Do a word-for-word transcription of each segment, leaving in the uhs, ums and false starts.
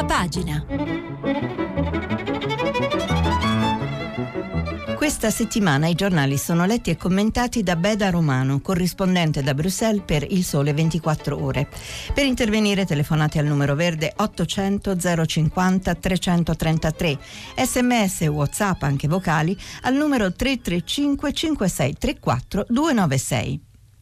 Prima pagina. Questa settimana i giornali sono letti e commentati da Beda Romano, corrispondente da Bruxelles per Il Sole ventiquattro Ore. Per intervenire telefonate al numero verde ottocento zero cinquanta trecentotrentatré, sms e WhatsApp anche vocali al numero tre tre cinque cinque sei tre quattro due nove sei.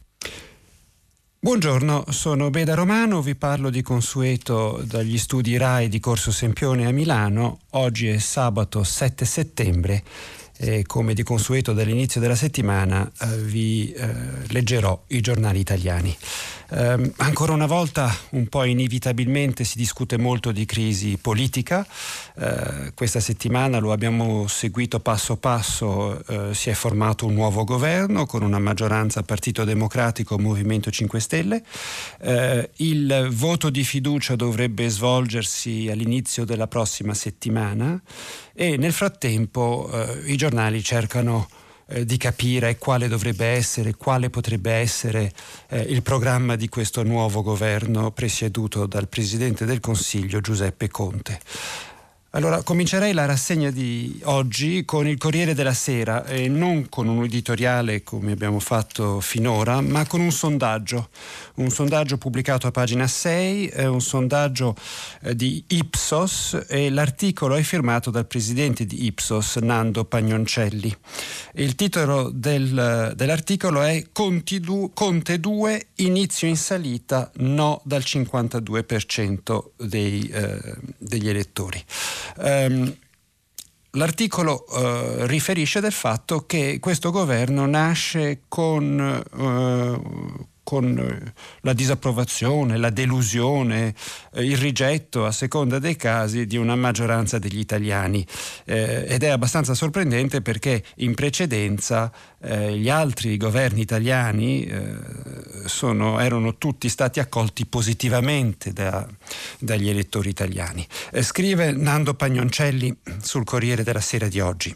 Buongiorno, sono Beda Romano, vi parlo di consueto dagli studi RAI di Corso Sempione a Milano. Oggi è sabato sette settembre e come di consueto dall'inizio della settimana eh, vi eh, leggerò i giornali italiani. Eh, ancora una volta, un po' inevitabilmente, si discute molto di crisi politica. Eh, questa settimana lo abbiamo seguito passo passo, eh, si è formato un nuovo governo con una maggioranza Partito Democratico Movimento cinque Stelle. Eh, il voto di fiducia dovrebbe svolgersi all'inizio della prossima settimana e nel frattempo eh, i giornali cercano eh, di capire quale dovrebbe essere, quale potrebbe essere eh, il programma di questo nuovo governo presieduto dal Presidente del Consiglio Giuseppe Conte. Allora, comincerei la rassegna di oggi con il Corriere della Sera e non con un editoriale come abbiamo fatto finora, ma con un sondaggio. Un sondaggio pubblicato a pagina sei, è un sondaggio eh, di Ipsos e l'articolo è firmato dal presidente di Ipsos, Nando Pagnoncelli. Il titolo del, dell'articolo è Conte due, inizio in salita, no dal cinquantadue per cento dei, eh, degli elettori. Um, L'articolo uh, riferisce del fatto che questo governo nasce con, uh, con la disapprovazione, la delusione, eh, il rigetto a seconda dei casi di una maggioranza degli italiani eh, ed è abbastanza sorprendente perché in precedenza eh, gli altri governi italiani eh, sono, erano tutti stati accolti positivamente da, dagli elettori italiani. Eh, scrive Nando Pagnoncelli sul Corriere della Sera di oggi.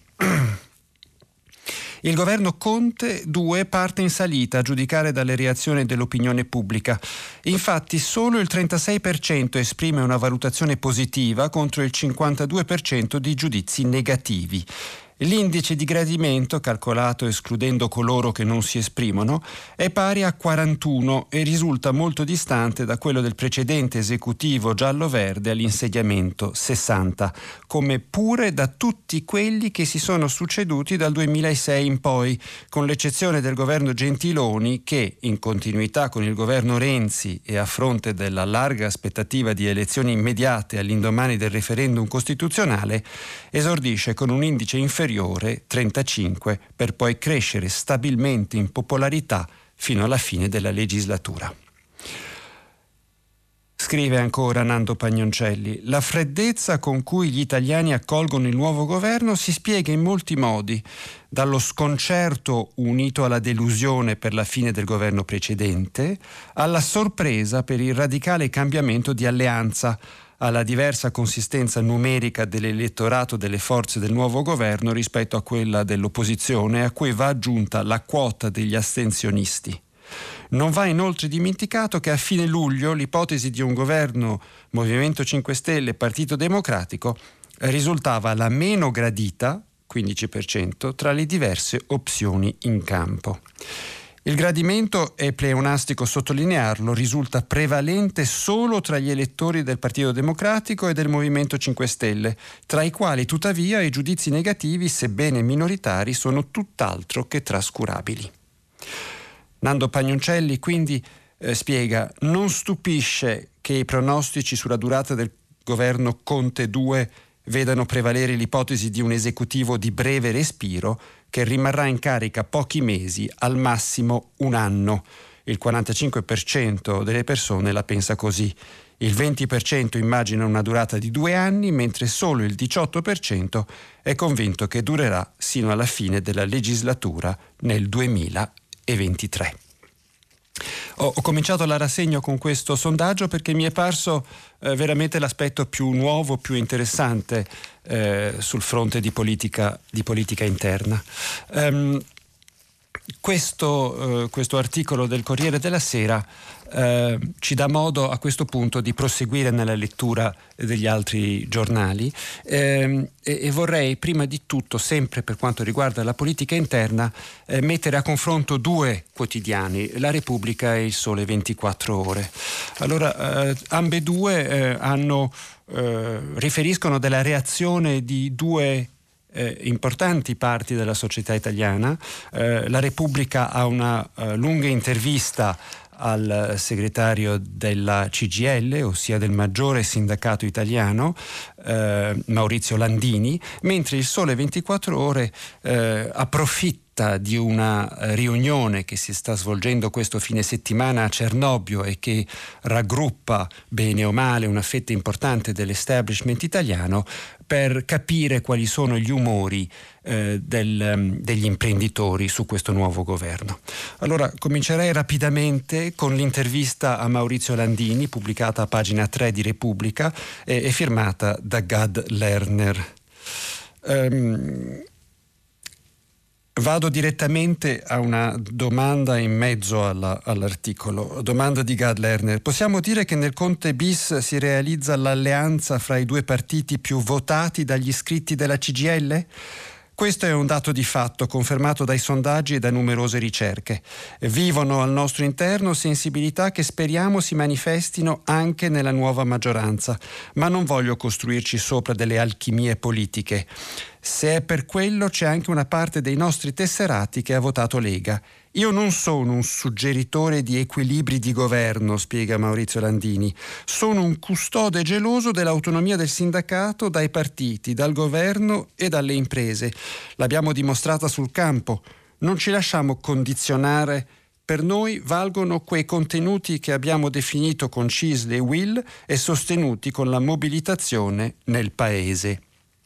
Il governo Conte due parte in salita a giudicare dalle reazioni dell'opinione pubblica. Infatti solo il trentasei per cento esprime una valutazione positiva contro il cinquantadue per cento di giudizi negativi. L'indice di gradimento, calcolato escludendo coloro che non si esprimono, è pari a quarantuno e risulta molto distante da quello del precedente esecutivo giallo-verde all'insediamento, sessanta, come pure da tutti quelli che si sono succeduti dal duemilasei in poi, con l'eccezione del governo Gentiloni che, in continuità con il governo Renzi e a fronte della larga aspettativa di elezioni immediate all'indomani del referendum costituzionale, esordisce con un indice inferiore trentacinque per poi crescere stabilmente in popolarità fino alla fine della legislatura. Scrive ancora Nando Pagnoncelli: la freddezza con cui gli italiani accolgono il nuovo governo si spiega in molti modi, dallo sconcerto unito alla delusione per la fine del governo precedente, alla sorpresa per il radicale cambiamento di alleanza, alla diversa consistenza numerica dell'elettorato delle forze del nuovo governo rispetto a quella dell'opposizione, a cui va aggiunta la quota degli astensionisti. Non va inoltre dimenticato che a fine luglio l'ipotesi di un governo Movimento cinque Stelle e Partito Democratico risultava la meno gradita, quindici per cento, tra le diverse opzioni in campo. Il gradimento, è pleonastico sottolinearlo, risulta prevalente solo tra gli elettori del Partito Democratico e del Movimento cinque Stelle, tra i quali tuttavia i giudizi negativi, sebbene minoritari, sono tutt'altro che trascurabili. Nando Pagnoncelli quindi eh, spiega: non stupisce che i pronostici sulla durata del governo Conte due vedano prevalere l'ipotesi di un esecutivo di breve respiro che rimarrà in carica pochi mesi, al massimo un anno. Il quarantacinque per cento delle persone la pensa così. Il venti per cento immagina una durata di due anni, mentre solo il diciotto per cento è convinto che durerà sino alla fine della legislatura nel duemilaventitré. Ho, ho cominciato la rassegna con questo sondaggio perché mi è parso eh, veramente l'aspetto più nuovo, più interessante eh, sul fronte di politica, di politica interna. Um, questo, uh, questo articolo del Corriere della Sera uh, ci dà modo a questo punto di proseguire nella lettura degli altri giornali eh, e, e vorrei prima di tutto, sempre per quanto riguarda la politica interna, eh, mettere a confronto due quotidiani, La Repubblica e Il Sole ventiquattro Ore. Allora, eh, ambedue eh, hanno, eh, riferiscono della reazione di due Eh, importanti parti della società italiana. Eh, la Repubblica ha una eh, lunga intervista al segretario della C G I L, ossia del maggiore sindacato italiano, eh, Maurizio Landini, mentre Il Sole ventiquattro Ore eh, approfitta di una riunione che si sta svolgendo questo fine settimana a Cernobbio e che raggruppa bene o male una fetta importante dell'establishment italiano per capire quali sono gli umori eh, del, degli imprenditori su questo nuovo governo. Allora, comincerei rapidamente con l'intervista a Maurizio Landini, pubblicata a pagina tre di Repubblica e, e firmata da Gad Lerner. Um, Vado direttamente a una domanda in mezzo alla, all'articolo. Domanda di Gad Lerner. Possiamo dire che nel Conte bis si realizza l'alleanza fra i due partiti più votati dagli iscritti della C G I L? Questo è un dato di fatto confermato dai sondaggi e da numerose ricerche. Vivono al nostro interno sensibilità che speriamo si manifestino anche nella nuova maggioranza, ma non voglio costruirci sopra delle alchimie politiche. Se è per quello, c'è anche una parte dei nostri tesserati che ha votato Lega. Io non sono un suggeritore di equilibri di governo, spiega Maurizio Landini. Sono un custode geloso dell'autonomia del sindacato dai partiti, dal governo e dalle imprese. L'abbiamo dimostrata sul campo. Non ci lasciamo condizionare. Per noi valgono quei contenuti che abbiamo definito con Cisle e Will e sostenuti con la mobilitazione nel Paese.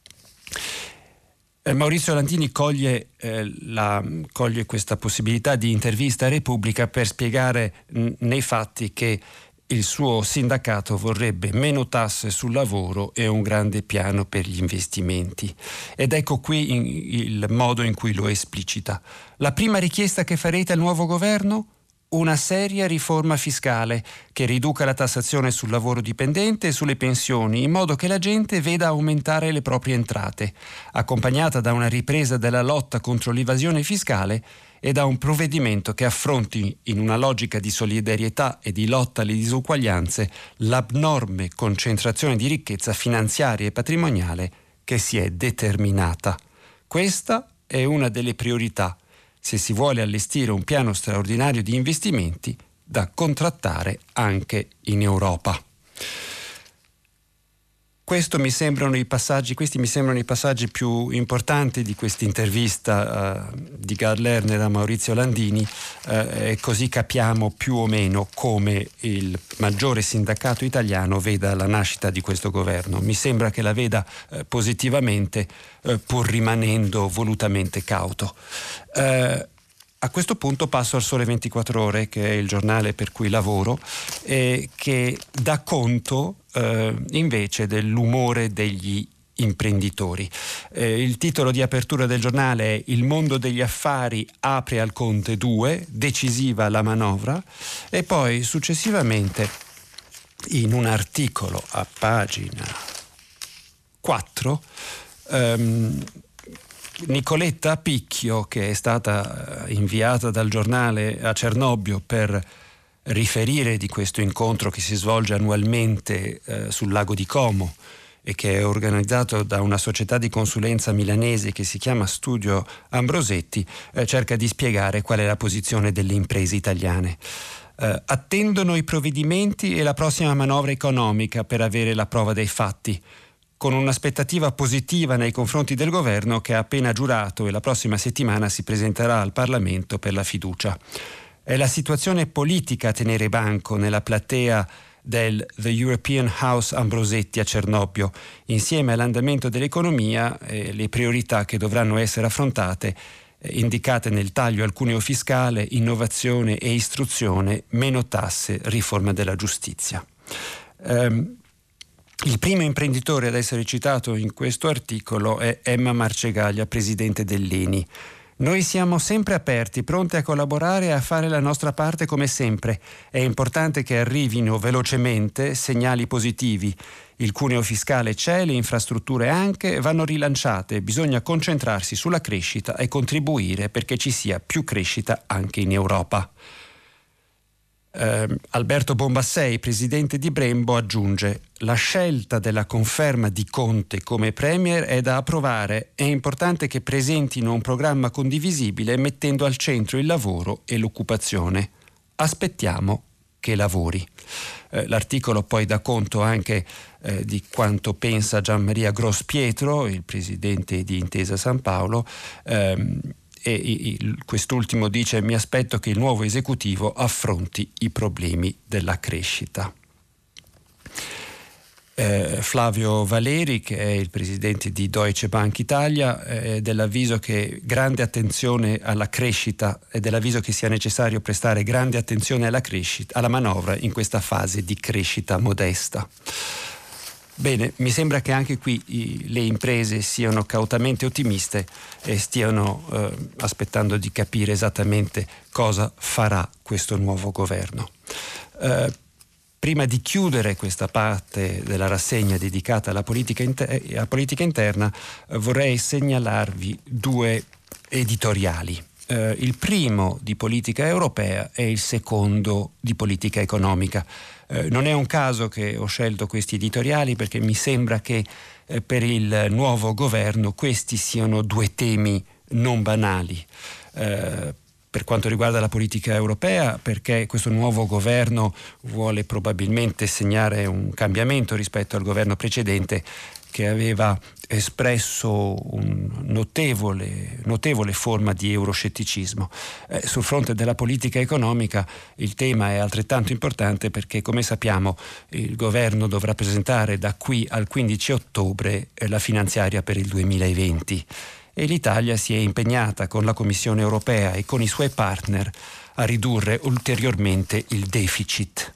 Eh, Maurizio Landini coglie, eh, la, coglie questa possibilità di intervista a Repubblica per spiegare mh, nei fatti che il suo sindacato vorrebbe meno tasse sul lavoro e un grande piano per gli investimenti. Ed ecco qui in, il modo in cui lo esplicita. La prima richiesta che farete al nuovo governo? Una seria riforma fiscale che riduca la tassazione sul lavoro dipendente e sulle pensioni in modo che la gente veda aumentare le proprie entrate, accompagnata da una ripresa della lotta contro l'evasione fiscale e da un provvedimento che affronti in una logica di solidarietà e di lotta alle disuguaglianze l'abnorme concentrazione di ricchezza finanziaria e patrimoniale che si è determinata. Questa è una delle priorità se si vuole allestire un piano straordinario di investimenti da contrattare anche in Europa. Questo mi sembrano i passaggi, questi mi sembrano i passaggi più importanti di questa intervista uh, di Gad Lerner a Maurizio Landini, uh, e così capiamo più o meno come il maggiore sindacato italiano veda la nascita di questo governo. Mi sembra che la veda uh, positivamente, uh, pur rimanendo volutamente cauto. Uh, A questo punto passo al Sole ventiquattro Ore, che è il giornale per cui lavoro, e che dà conto eh, invece dell'umore degli imprenditori. Eh, il titolo di apertura del giornale è Il mondo degli affari apre al Conte due, decisiva la manovra, e poi successivamente in un articolo a pagina quattro ehm, Nicoletta Picchio, che è stata inviata dal giornale a Cernobbio per riferire di questo incontro che si svolge annualmente eh, sul lago di Como e che è organizzato da una società di consulenza milanese che si chiama Studio Ambrosetti, eh, cerca di spiegare qual è la posizione delle imprese italiane. Eh, attendono i provvedimenti e la prossima manovra economica per avere la prova dei fatti, con un'aspettativa positiva nei confronti del governo che ha appena giurato e la prossima settimana si presenterà al Parlamento per la fiducia. È la situazione politica a tenere banco nella platea del The European House Ambrosetti a Cernobbio, insieme all'andamento dell'economia e le priorità che dovranno essere affrontate, eh, indicate nel taglio al cuneo fiscale, innovazione e istruzione, meno tasse, riforma della giustizia. Um, Il primo imprenditore ad essere citato in questo articolo è Emma Marcegaglia, presidente dell'E N I. Noi siamo sempre aperti, pronti a collaborare e a fare la nostra parte come sempre. È importante che arrivino velocemente segnali positivi. Il cuneo fiscale c'è, le infrastrutture anche, vanno rilanciate. Bisogna concentrarsi sulla crescita e contribuire perché ci sia più crescita anche in Europa. Eh, Alberto Bombassei, presidente di Brembo, aggiunge: la scelta della conferma di Conte come premier è da approvare. È importante che presentino un programma condivisibile mettendo al centro il lavoro e l'occupazione. Aspettiamo che lavori. Eh, l'articolo poi dà conto anche eh, di quanto pensa Gianmaria Grospietro, il presidente di Intesa San Paolo, ehm, e il, quest'ultimo dice: mi aspetto che il nuovo esecutivo affronti i problemi della crescita. Eh, Flavio Valeri, che è il presidente di Deutsche Bank Italia, è dell'avviso che grande attenzione alla crescita è dell'avviso che sia necessario prestare grande attenzione alla crescita, alla manovra in questa fase di crescita modesta. Bene, mi sembra che anche qui i, le imprese siano cautamente ottimiste e stiano eh, aspettando di capire esattamente cosa farà questo nuovo governo. Eh, prima di chiudere questa parte della rassegna dedicata alla politica, inter- alla politica interna, eh, vorrei segnalarvi due editoriali. Eh, il primo di politica europea e il secondo di politica economica. Eh, non è un caso che ho scelto questi editoriali perché mi sembra che eh, per il nuovo governo questi siano due temi non banali. Eh, per quanto riguarda la politica europea, perché questo nuovo governo vuole probabilmente segnare un cambiamento rispetto al governo precedente, che aveva espresso un notevole, notevole forma di euroscetticismo. Eh, sul fronte della politica economica il tema è altrettanto importante perché, come sappiamo, il governo dovrà presentare da qui al quindici ottobre eh, la finanziaria per il duemilaventi e l'Italia si è impegnata con la Commissione europea e con i suoi partner a ridurre ulteriormente il deficit.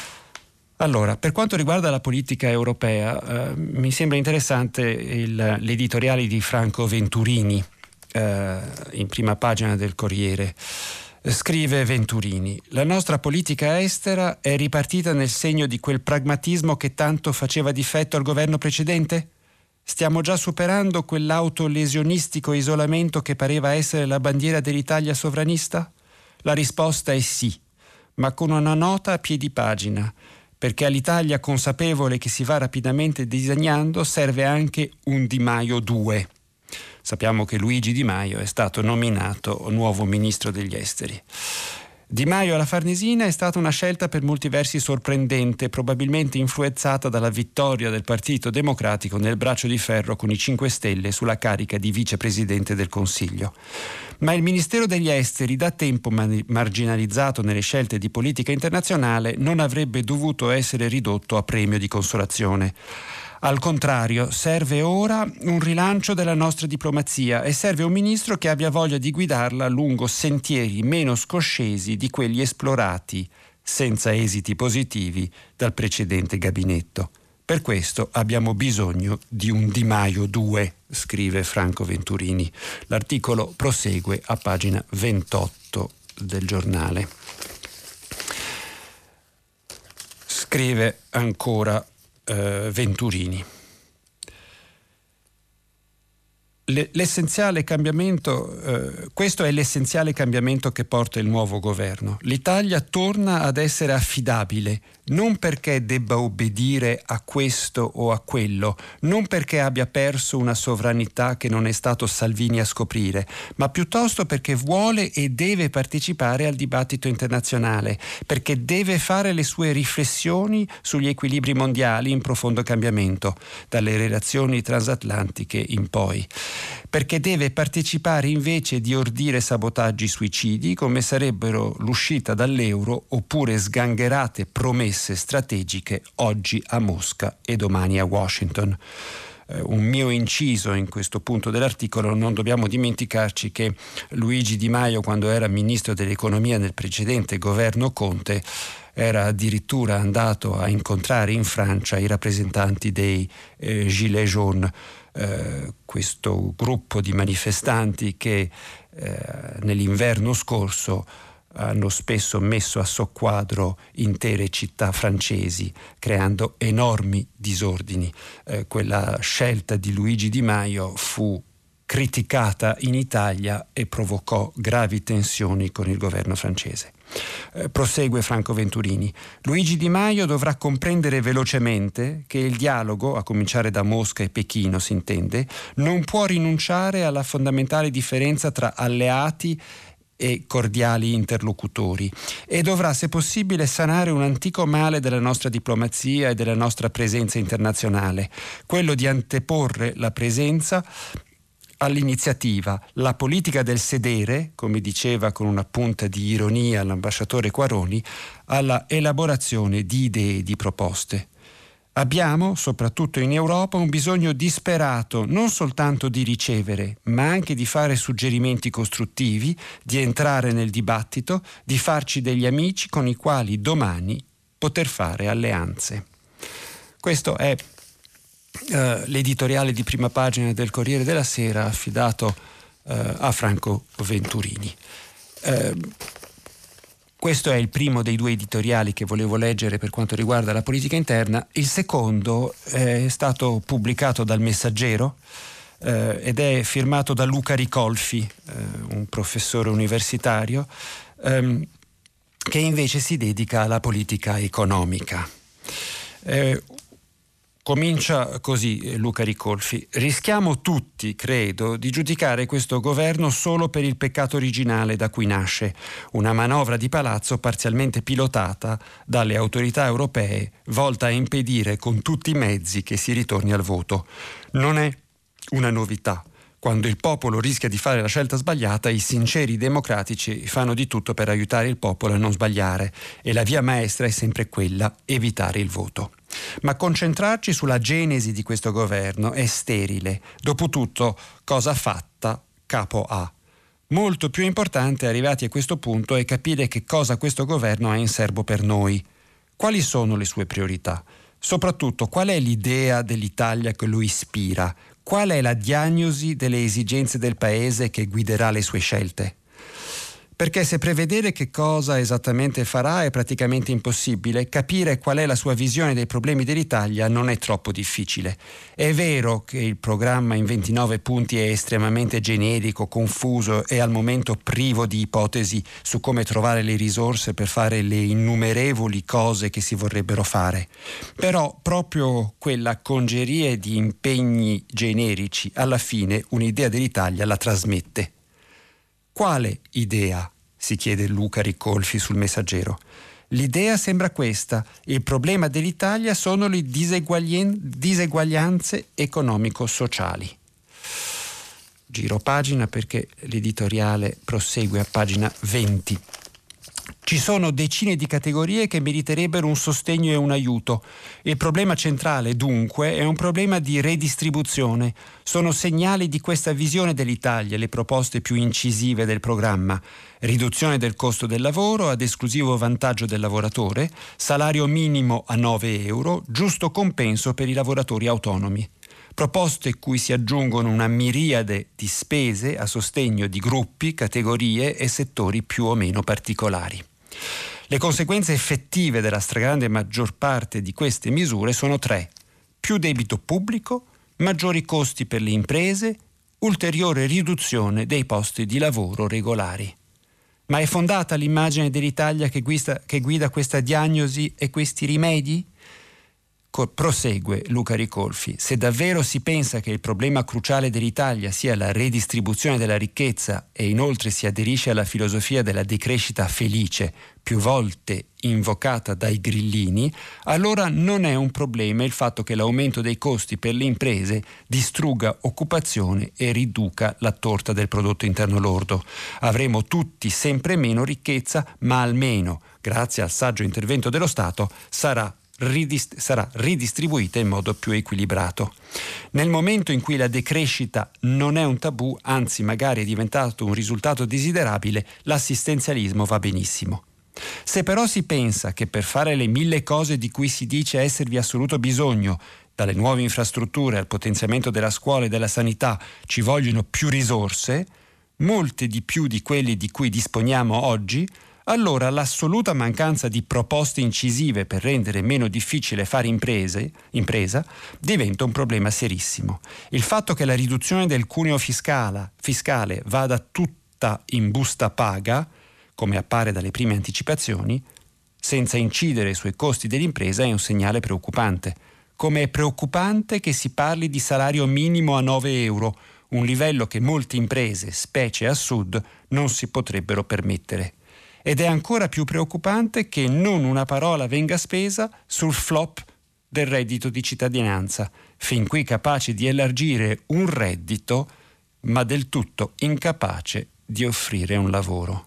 Allora, per quanto riguarda la politica europea, eh, mi sembra interessante il, l'editoriale di Franco Venturini, eh, in prima pagina del Corriere. Scrive Venturini: la nostra politica estera è ripartita nel segno di quel pragmatismo che tanto faceva difetto al governo precedente? Stiamo già superando quell'autolesionistico isolamento che pareva essere la bandiera dell'Italia sovranista? La risposta è sì, ma con una nota a piedi pagina, perché all'Italia consapevole che si va rapidamente disegnando serve anche un Di Maio due. Sappiamo che Luigi Di Maio è stato nominato nuovo ministro degli esteri. Di Maio alla Farnesina è stata una scelta per molti versi sorprendente, probabilmente influenzata dalla vittoria del Partito Democratico nel braccio di ferro con i cinque Stelle sulla carica di vicepresidente del Consiglio. Ma il Ministero degli Esteri, da tempo marginalizzato nelle scelte di politica internazionale, non avrebbe dovuto essere ridotto a premio di consolazione. Al contrario, serve ora un rilancio della nostra diplomazia e serve un ministro che abbia voglia di guidarla lungo sentieri meno scoscesi di quelli esplorati, senza esiti positivi, dal precedente gabinetto. Per questo abbiamo bisogno di un Di Maio due, scrive Franco Venturini. L'articolo prosegue a pagina ventotto del giornale. Scrive ancora Uh, Venturini: Le, l'essenziale cambiamento, uh, questo è l'essenziale cambiamento che porta il nuovo governo. L'Italia torna ad essere affidabile, non perché debba obbedire a questo o a quello, non perché abbia perso una sovranità che non è stato Salvini a scoprire, ma piuttosto perché vuole e deve partecipare al dibattito internazionale, perché deve fare le sue riflessioni sugli equilibri mondiali in profondo cambiamento, dalle relazioni transatlantiche in poi, perché deve partecipare invece di ordire sabotaggi suicidi come sarebbero l'uscita dall'euro oppure sgangherate promesse strategiche oggi a Mosca e domani a Washington. Eh, un mio inciso in questo punto dell'articolo: non dobbiamo dimenticarci che Luigi Di Maio, quando era ministro dell'economia nel precedente governo Conte, era addirittura andato a incontrare in Francia i rappresentanti dei eh, Gilets jaunes. eh, questo gruppo di manifestanti che eh, nell'inverno scorso hanno spesso messo a soqquadro intere città francesi, creando enormi disordini. Eh, quella scelta di Luigi Di Maio fu criticata in Italia e provocò gravi tensioni con il governo francese. Eh, prosegue Franco Venturini. Luigi Di Maio dovrà comprendere velocemente che il dialogo, a cominciare da Mosca e Pechino si intende, non può rinunciare alla fondamentale differenza tra alleati e cordiali interlocutori e dovrà, se possibile, sanare un antico male della nostra diplomazia e della nostra presenza internazionale, quello di anteporre la presenza all'iniziativa, la politica del sedere, come diceva con una punta di ironia l'ambasciatore Quaroni, alla elaborazione di idee e di proposte. Abbiamo, soprattutto in Europa, un bisogno disperato non soltanto di ricevere, ma anche di fare suggerimenti costruttivi, di entrare nel dibattito, di farci degli amici con i quali domani poter fare alleanze. Questo è Uh, l'editoriale di prima pagina del Corriere della Sera affidato uh, a Franco Venturini. Uh, questo è il primo dei due editoriali che volevo leggere per quanto riguarda la politica interna. Il secondo è stato pubblicato dal Messaggero uh, ed è firmato da Luca Ricolfi, uh, un professore universitario, um, che invece si dedica alla politica economica. Uh, Comincia così Luca Ricolfi. Rischiamo tutti, credo, di giudicare questo governo solo per il peccato originale da cui nasce, una manovra di palazzo parzialmente pilotata dalle autorità europee, volta a impedire con tutti i mezzi che si ritorni al voto. Non è una novità. Quando il popolo rischia di fare la scelta sbagliata, i sinceri democratici fanno di tutto per aiutare il popolo a non sbagliare e la via maestra è sempre quella: evitare il voto. Ma concentrarci sulla genesi di questo governo è sterile. Dopotutto, cosa fatta, capo ha. Molto più importante, arrivati a questo punto, è capire che cosa questo governo ha in serbo per noi. Quali sono le sue priorità? Soprattutto, qual è l'idea dell'Italia che lo ispira? Qual è la diagnosi delle esigenze del paese che guiderà le sue scelte? Perché se prevedere che cosa esattamente farà è praticamente impossibile, capire qual è la sua visione dei problemi dell'Italia non è troppo difficile. È vero che il programma in ventinove punti è estremamente generico, confuso e al momento privo di ipotesi su come trovare le risorse per fare le innumerevoli cose che si vorrebbero fare. Però proprio quella congerie di impegni generici alla fine un'idea dell'Italia la trasmette. Quale idea? Si chiede Luca Ricolfi sul Messaggero. L'idea sembra questa: il problema dell'Italia sono le diseguaglien- diseguaglianze economico-sociali. Giro pagina perché l'editoriale prosegue a pagina venti. Ci sono decine di categorie che meriterebbero un sostegno e un aiuto. Il problema centrale, dunque, è un problema di redistribuzione. Sono segnali di questa visione dell'Italia le proposte più incisive del programma. Riduzione del costo del lavoro ad esclusivo vantaggio del lavoratore, salario minimo a nove euro, giusto compenso per i lavoratori autonomi. Proposte cui si aggiungono una miriade di spese a sostegno di gruppi, categorie e settori più o meno particolari. Le conseguenze effettive della stragrande maggior parte di queste misure sono tre: più debito pubblico, maggiori costi per le imprese, ulteriore riduzione dei posti di lavoro regolari. Ma è fondata l'immagine dell'Italia che guida, che guida questa diagnosi e questi rimedi? Prosegue Luca Ricolfi. Se davvero si pensa che il problema cruciale dell'Italia sia la redistribuzione della ricchezza e inoltre si aderisce alla filosofia della decrescita felice, più volte invocata dai grillini, allora non è un problema il fatto che l'aumento dei costi per le imprese distrugga occupazione e riduca la torta del prodotto interno lordo. Avremo tutti sempre meno ricchezza, ma almeno, grazie al saggio intervento dello Stato, sarà Ridist- sarà ridistribuita in modo più equilibrato. Nel momento in cui la decrescita non è un tabù, anzi magari è diventato un risultato desiderabile, l'assistenzialismo va benissimo. Se però si pensa che per fare le mille cose di cui si dice esservi assoluto bisogno dalle nuove infrastrutture al potenziamento della scuola e della sanità ci vogliono più risorse, molte di più di quelli di cui disponiamo oggi, allora l'assoluta mancanza di proposte incisive per rendere meno difficile fare imprese, impresa diventa un problema serissimo. Il fatto che la riduzione del cuneo fiscale, fiscale vada tutta in busta paga, come appare dalle prime anticipazioni, senza incidere sui costi dell'impresa, è un segnale preoccupante. Come è preoccupante che si parli di salario minimo a nove euro, un livello che molte imprese, specie a sud, non si potrebbero permettere. Ed è ancora più preoccupante che non una parola venga spesa sul flop del reddito di cittadinanza, fin qui capace di elargire un reddito, ma del tutto incapace di offrire un lavoro.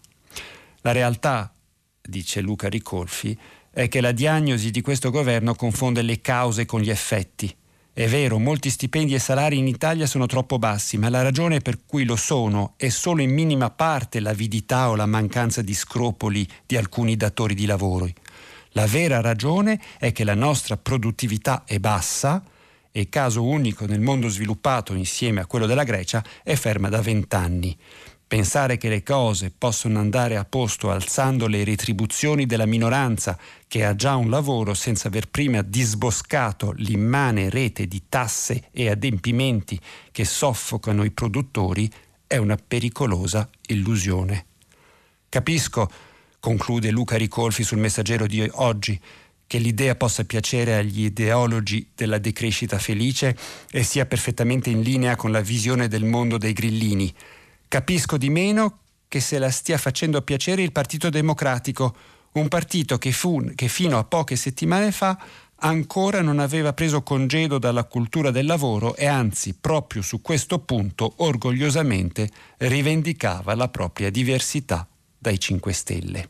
La realtà, dice Luca Ricolfi, è che la diagnosi di questo governo confonde le cause con gli effetti. È vero, molti stipendi e salari in Italia sono troppo bassi, ma la ragione per cui lo sono è solo in minima parte l'avidità o la mancanza di scrupoli di alcuni datori di lavoro. La vera ragione è che la nostra produttività è bassa e, caso unico nel mondo sviluppato insieme a quello della Grecia, è ferma da vent'anni. Pensare che le cose possono andare a posto alzando le retribuzioni della minoranza che ha già un lavoro senza aver prima disboscato l'immane rete di tasse e adempimenti che soffocano i produttori è una pericolosa illusione. Capisco, conclude Luca Ricolfi sul Messaggero di oggi, che l'idea possa piacere agli ideologi della decrescita felice e sia perfettamente in linea con la visione del mondo dei grillini. Capisco di meno che se la stia facendo piacere il Partito Democratico, un partito che, fu, che fino a poche settimane fa ancora non aveva preso congedo dalla cultura del lavoro e anzi proprio su questo punto orgogliosamente rivendicava la propria diversità dai cinque Stelle.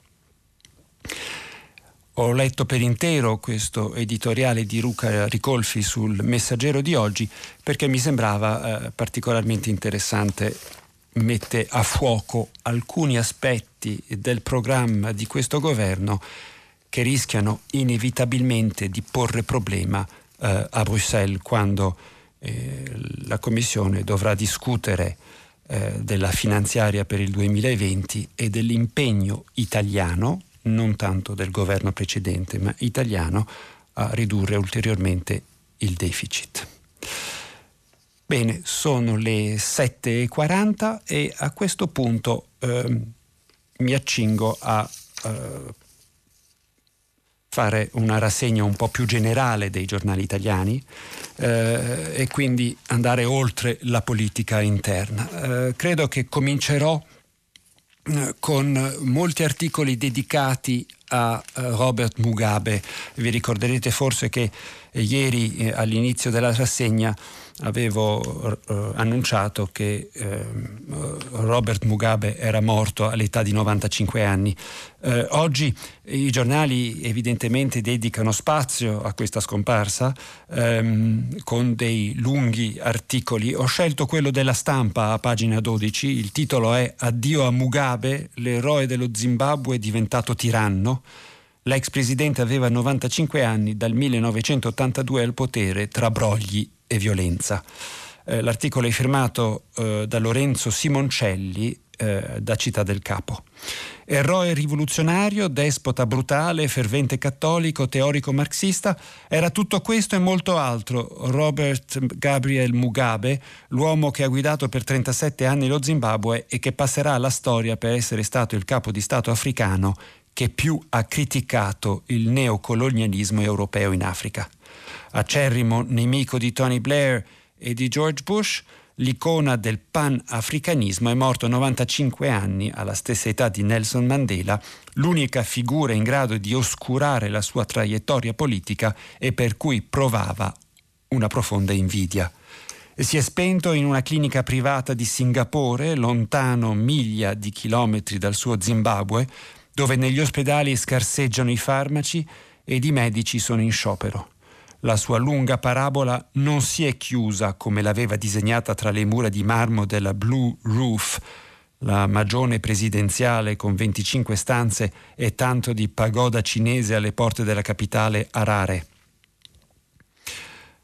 Ho letto per intero questo editoriale di Luca Ricolfi sul Messaggero di oggi perché mi sembrava eh, particolarmente interessante. Mette a fuoco alcuni aspetti del programma di questo governo che rischiano inevitabilmente di porre problema eh, a Bruxelles quando eh, la Commissione dovrà discutere eh, della finanziaria per il duemilaventi e dell'impegno italiano, non tanto del governo precedente, ma italiano, a ridurre ulteriormente il deficit. Bene, sono le sette e quaranta e a questo punto eh, mi accingo a eh, fare una rassegna un po' più generale dei giornali italiani eh, e quindi andare oltre la politica interna. Eh, credo che comincerò eh, con molti articoli dedicati a eh, Robert Mugabe. Vi ricorderete forse che eh, ieri eh, all'inizio della rassegna avevo eh, annunciato che eh, Robert Mugabe era morto all'età di novantacinque anni. Eh, oggi i giornali evidentemente dedicano spazio a questa scomparsa ehm, con dei lunghi articoli. Ho scelto quello della Stampa a pagina dodici, il titolo è "Addio a Mugabe, l'eroe dello Zimbabwe diventato tiranno". L'ex presidente aveva novantacinque anni, dal millenovecentottantadue al potere tra brogli e violenza. Eh, l'articolo è firmato eh, da Lorenzo Simoncelli eh, da Città del Capo. Eroe rivoluzionario, despota brutale, fervente cattolico, teorico marxista, era tutto questo e molto altro Robert Gabriel Mugabe, l'uomo che ha guidato per trentasette anni lo Zimbabwe e che passerà alla storia per essere stato il capo di Stato africano che più ha criticato il neocolonialismo europeo in Africa. Acerrimo nemico di Tony Blair e di George Bush, l'icona del pan-africanismo, è morto a novantacinque anni, alla stessa età di Nelson Mandela, l'unica figura in grado di oscurare la sua traiettoria politica e per cui provava una profonda invidia. Si è spento in una clinica privata di Singapore, lontano miglia di chilometri dal suo Zimbabwe, dove negli ospedali scarseggiano i farmaci ed i medici sono in sciopero. La sua lunga parabola non si è chiusa come l'aveva disegnata tra le mura di marmo della Blue Roof, la magione presidenziale con venticinque stanze e tanto di pagoda cinese alle porte della capitale Harare.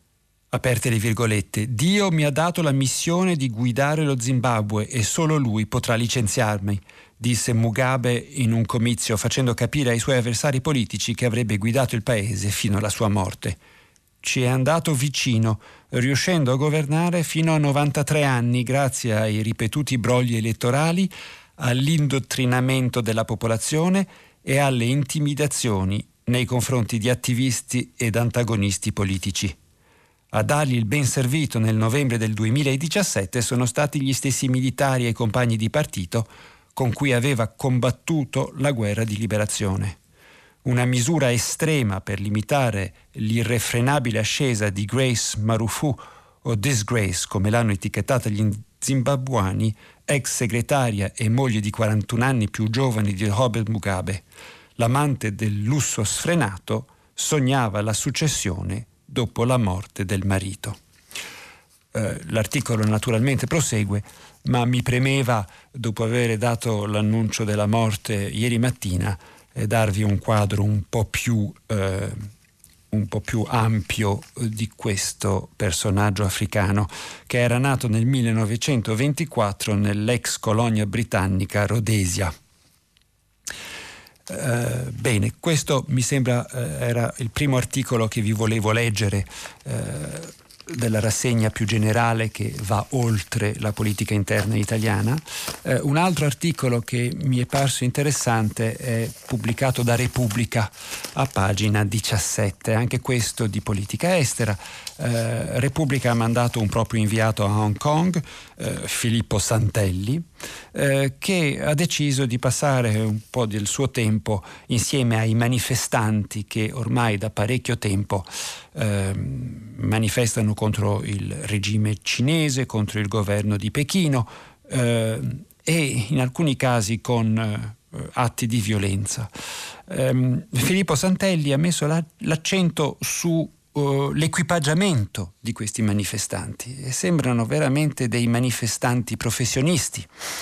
Aperte le virgolette, Dio mi ha dato la missione di guidare lo Zimbabwe e solo lui potrà licenziarmi, disse Mugabe in un comizio, facendo capire ai suoi avversari politici che avrebbe guidato il paese fino alla sua morte. Ci è andato vicino, riuscendo a governare fino a novantatré anni grazie ai ripetuti brogli elettorali, all'indottrinamento della popolazione e alle intimidazioni nei confronti di attivisti ed antagonisti politici. A dargli il ben servito nel novembre del duemiladiciassette sono stati gli stessi militari e compagni di partito con cui aveva combattuto la guerra di liberazione. Una misura estrema per limitare l'irrefrenabile ascesa di Grace Marufu, o Disgrace come l'hanno etichettata gli zimbabuani, ex segretaria e moglie di quarantuno anni più giovani di Robert Mugabe. L'amante del lusso sfrenato sognava la successione dopo la morte del marito. Eh, l'articolo naturalmente prosegue, ma mi premeva, dopo aver dato l'annuncio della morte ieri mattina, eh, darvi un quadro un po' più, eh, un po' più ampio di questo personaggio africano, che era nato nel millenovecentoventiquattro nell'ex colonia britannica Rhodesia. Uh, bene, questo mi sembra uh, era il primo articolo che vi volevo leggere uh, della rassegna più generale che va oltre la politica interna italiana. Uh, un altro articolo che mi è parso interessante è pubblicato da Repubblica a pagina diciassette, anche questo di politica estera. Uh, Repubblica ha mandato un proprio inviato a Hong Kong, uh, Filippo Santelli, uh, che ha deciso di passare un po' del suo tempo insieme ai manifestanti che ormai da parecchio tempo uh, manifestano contro il regime cinese, contro il governo di Pechino uh, e in alcuni casi con uh, atti di violenza. Um, Filippo Santelli ha messo la, l'accento su l'equipaggiamento di questi manifestanti e sembrano veramente dei manifestanti professionisti,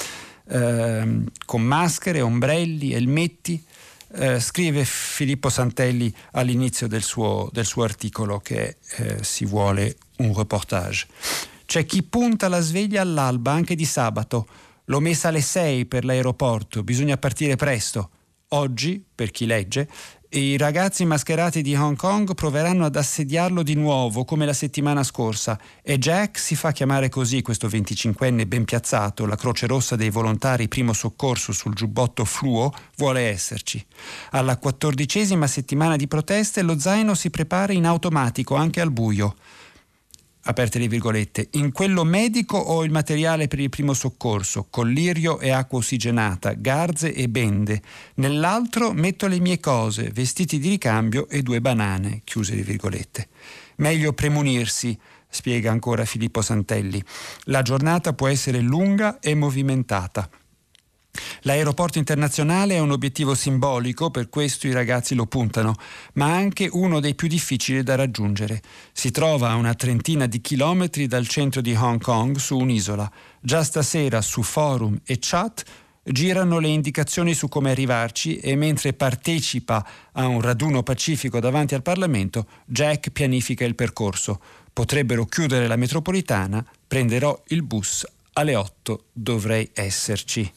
eh, con maschere, ombrelli, elmetti. Eh, scrive Filippo Santelli all'inizio del suo, del suo articolo che eh, si vuole un reportage. C'è chi punta la sveglia all'alba anche di sabato, l'ho messa alle sei per l'aeroporto, bisogna partire presto. Oggi, per chi legge, i ragazzi mascherati di Hong Kong proveranno ad assediarlo di nuovo come la settimana scorsa e Jack, si fa chiamare così questo venticinquenne ben piazzato, la Croce Rossa dei volontari primo soccorso sul giubbotto fluo, vuole esserci. Alla quattordicesima settimana di proteste lo zaino si prepara in automatico anche al buio. Aperte le virgolette, in quello medico ho il materiale per il primo soccorso, collirio e acqua ossigenata, garze e bende. Nell'altro metto le mie cose, vestiti di ricambio e due banane, chiuse le virgolette. Meglio premunirsi, spiega ancora Filippo Santelli. La giornata può essere lunga e movimentata. L'aeroporto internazionale è un obiettivo simbolico, per questo i ragazzi lo puntano, ma anche uno dei più difficili da raggiungere. Si trova a una trentina di chilometri dal centro di Hong Kong, su un'isola. Già stasera su forum e chat girano le indicazioni su come arrivarci e mentre partecipa a un raduno pacifico davanti al Parlamento, Jack pianifica il percorso. Potrebbero chiudere la metropolitana, prenderò il bus, alle otto dovrei esserci.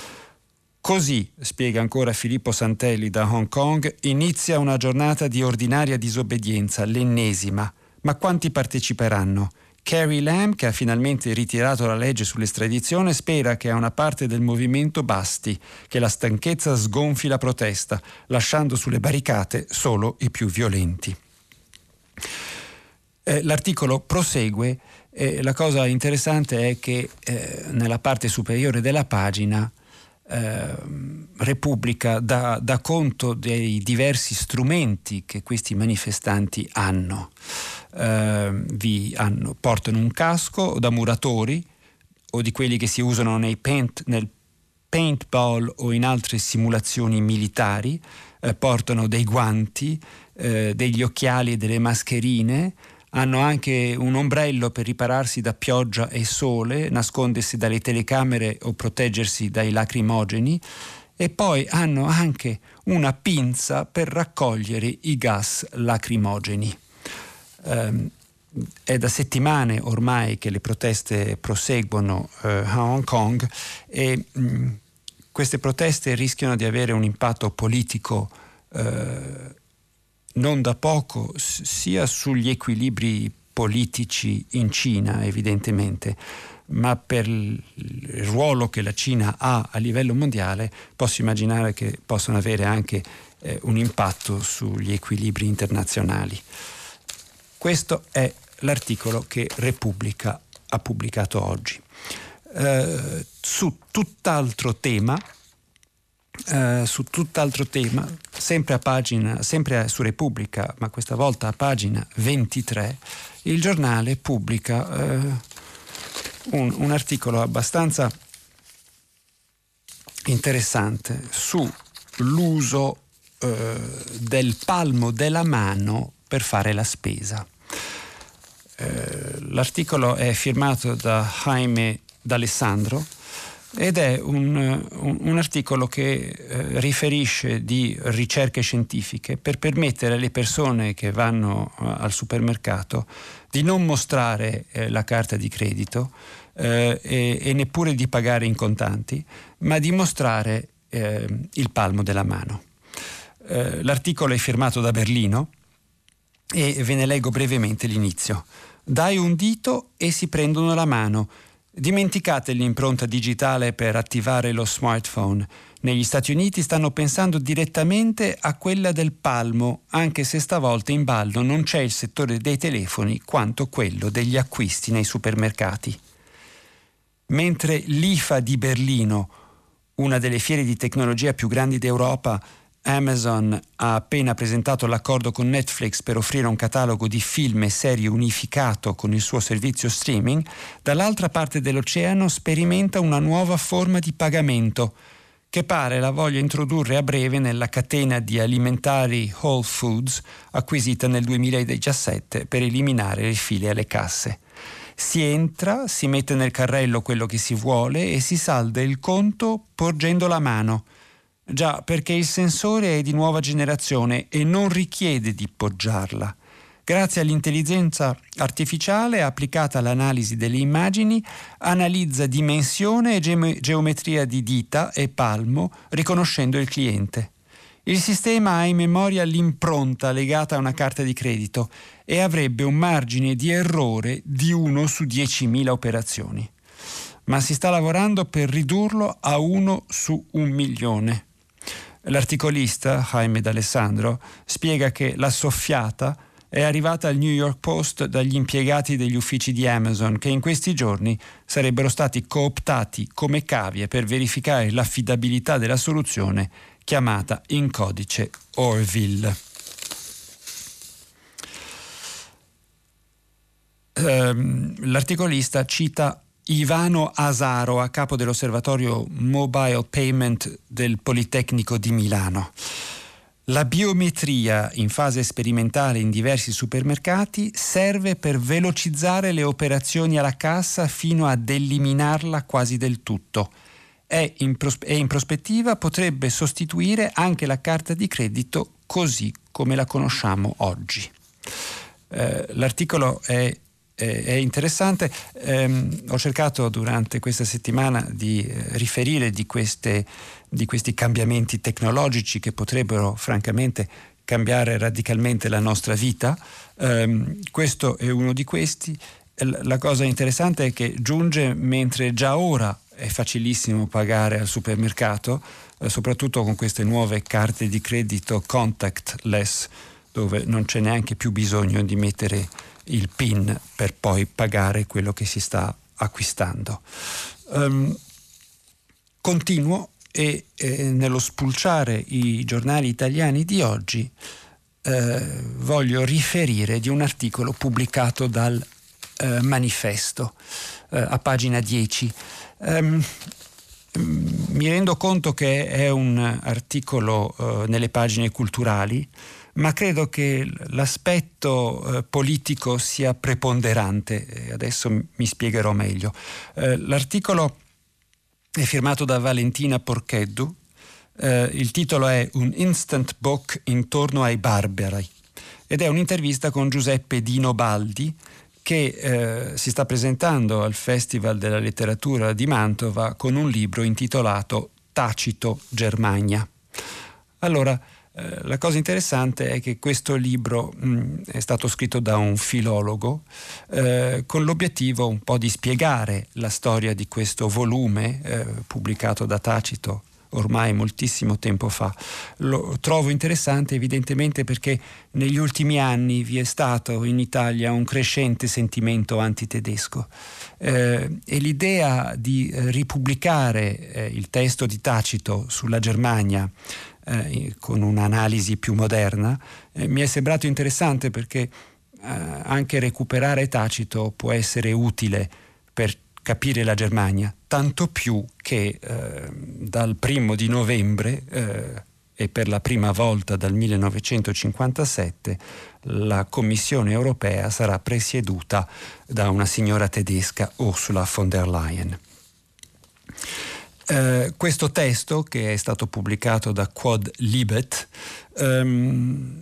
Così, spiega ancora Filippo Santelli da Hong Kong, inizia una giornata di ordinaria disobbedienza, l'ennesima. Ma quanti parteciperanno? Carrie Lam, che ha finalmente ritirato la legge sull'estradizione, spera che a una parte del movimento basti, che la stanchezza sgonfi la protesta, lasciando sulle barricate solo i più violenti. Eh, l'articolo prosegue e la cosa interessante è che eh, nella parte superiore della pagina Eh, Repubblica dà, dà conto dei diversi strumenti che questi manifestanti hanno. Eh, vi hanno, portano un casco da muratori o di quelli che si usano nei paint, nel paintball o in altre simulazioni militari, eh, portano dei guanti, eh, degli occhiali e delle mascherine. Hanno anche un ombrello per ripararsi da pioggia e sole, nascondersi dalle telecamere o proteggersi dai lacrimogeni, e poi hanno anche una pinza per raccogliere i gas lacrimogeni. Um, è da settimane ormai che le proteste proseguono eh, a Hong Kong e mh, queste proteste rischiano di avere un impatto politico eh, non da poco, s- sia sugli equilibri politici in Cina, evidentemente, ma per il ruolo che la Cina ha a livello mondiale posso immaginare che possano avere anche eh, un impatto sugli equilibri internazionali. Questo è l'articolo che Repubblica ha pubblicato oggi. Eh, su tutt'altro tema, eh, su tutt'altro tema, sempre a pagina, sempre su Repubblica, ma questa volta a pagina ventitré, il giornale pubblica eh, un, un articolo abbastanza interessante sull'uso eh, del palmo della mano per fare la spesa. Eh, l'articolo è firmato da Jaime D'Alessandro ed è un, un, un articolo che eh, riferisce di ricerche scientifiche per permettere alle persone che vanno uh, al supermercato di non mostrare eh, la carta di credito eh, e, e neppure di pagare in contanti, ma di mostrare eh, il palmo della mano. Eh, l'articolo è firmato da Berlino e ve ne leggo brevemente l'inizio. Dai un dito e si prendono la mano. Dimenticate l'impronta digitale per attivare lo smartphone. Negli Stati Uniti stanno pensando direttamente a quella del palmo, anche se stavolta in ballo non c'è il settore dei telefoni quanto quello degli acquisti nei supermercati. Mentre l'I F A di Berlino, una delle fiere di tecnologia più grandi d'Europa, Amazon ha appena presentato l'accordo con Netflix per offrire un catalogo di film e serie unificato con il suo servizio streaming, dall'altra parte dell'oceano sperimenta una nuova forma di pagamento che pare la voglia introdurre a breve nella catena di alimentari Whole Foods acquisita nel duemiladiciassette per eliminare le file alle casse. Si entra, si mette nel carrello quello che si vuole e si salda il conto porgendo la mano. Già, perché il sensore è di nuova generazione e non richiede di poggiarla. Grazie all'intelligenza artificiale applicata all'analisi delle immagini, analizza dimensione e ge- geometria di dita e palmo, riconoscendo il cliente. Il sistema ha in memoria l'impronta legata a una carta di credito e avrebbe un margine di errore di uno su diecimila operazioni. Ma si sta lavorando per ridurlo a uno su un milione. L'articolista, Jaime D'Alessandro, spiega che la soffiata è arrivata al New York Post dagli impiegati degli uffici di Amazon che in questi giorni sarebbero stati cooptati come cavie per verificare l'affidabilità della soluzione chiamata in codice Orville. Ehm, l'articolista cita Ivano Asaro, a capo dell'osservatorio Mobile Payment del Politecnico di Milano. La biometria in fase sperimentale in diversi supermercati serve per velocizzare le operazioni alla cassa fino ad eliminarla quasi del tutto. È in pros- e in prospettiva potrebbe sostituire anche la carta di credito così come la conosciamo oggi. Eh, l'articolo è è interessante. Eh, ho cercato durante questa settimana di eh, riferire di, queste, di questi cambiamenti tecnologici che potrebbero francamente cambiare radicalmente la nostra vita. Eh, questo è uno di questi. La cosa interessante è che giunge mentre già ora è facilissimo pagare al supermercato, eh, soprattutto con queste nuove carte di credito contactless, dove non c'è neanche più bisogno di mettere il PIN per poi pagare quello che si sta acquistando. Um, continuo e eh, nello spulciare i giornali italiani di oggi eh, voglio riferire di un articolo pubblicato dal eh, Manifesto eh, a pagina dieci. Um, mi rendo conto che è un articolo eh, nelle pagine culturali, ma credo che l'aspetto eh, politico sia preponderante. E adesso mi spiegherò meglio. Eh, l'articolo è firmato da Valentina Porcheddu. Eh, il titolo è Un instant book intorno ai barbari. ed è un'intervista con Giuseppe Dino Baldi, che eh, si sta presentando al Festival della Letteratura di Mantova con un libro intitolato Tacito Germania. Allora, eh, la cosa interessante è che questo libro mh, è stato scritto da un filologo eh, con l'obiettivo un po' di spiegare la storia di questo volume eh, pubblicato da Tacito ormai moltissimo tempo fa. Lo trovo interessante evidentemente perché negli ultimi anni vi è stato in Italia un crescente sentimento antitedesco eh, e l'idea di eh, ripubblicare eh, il testo di Tacito sulla Germania eh, con un'analisi più moderna eh, mi è sembrato interessante perché eh, anche recuperare Tacito può essere utile per capire la Germania, tanto più che eh, dal primo di novembre eh, e per la prima volta dal millenovecentocinquantasette la Commissione europea sarà presieduta da una signora tedesca, Ursula von der Leyen. Eh, questo testo, che è stato pubblicato da Quod Libet, ehm,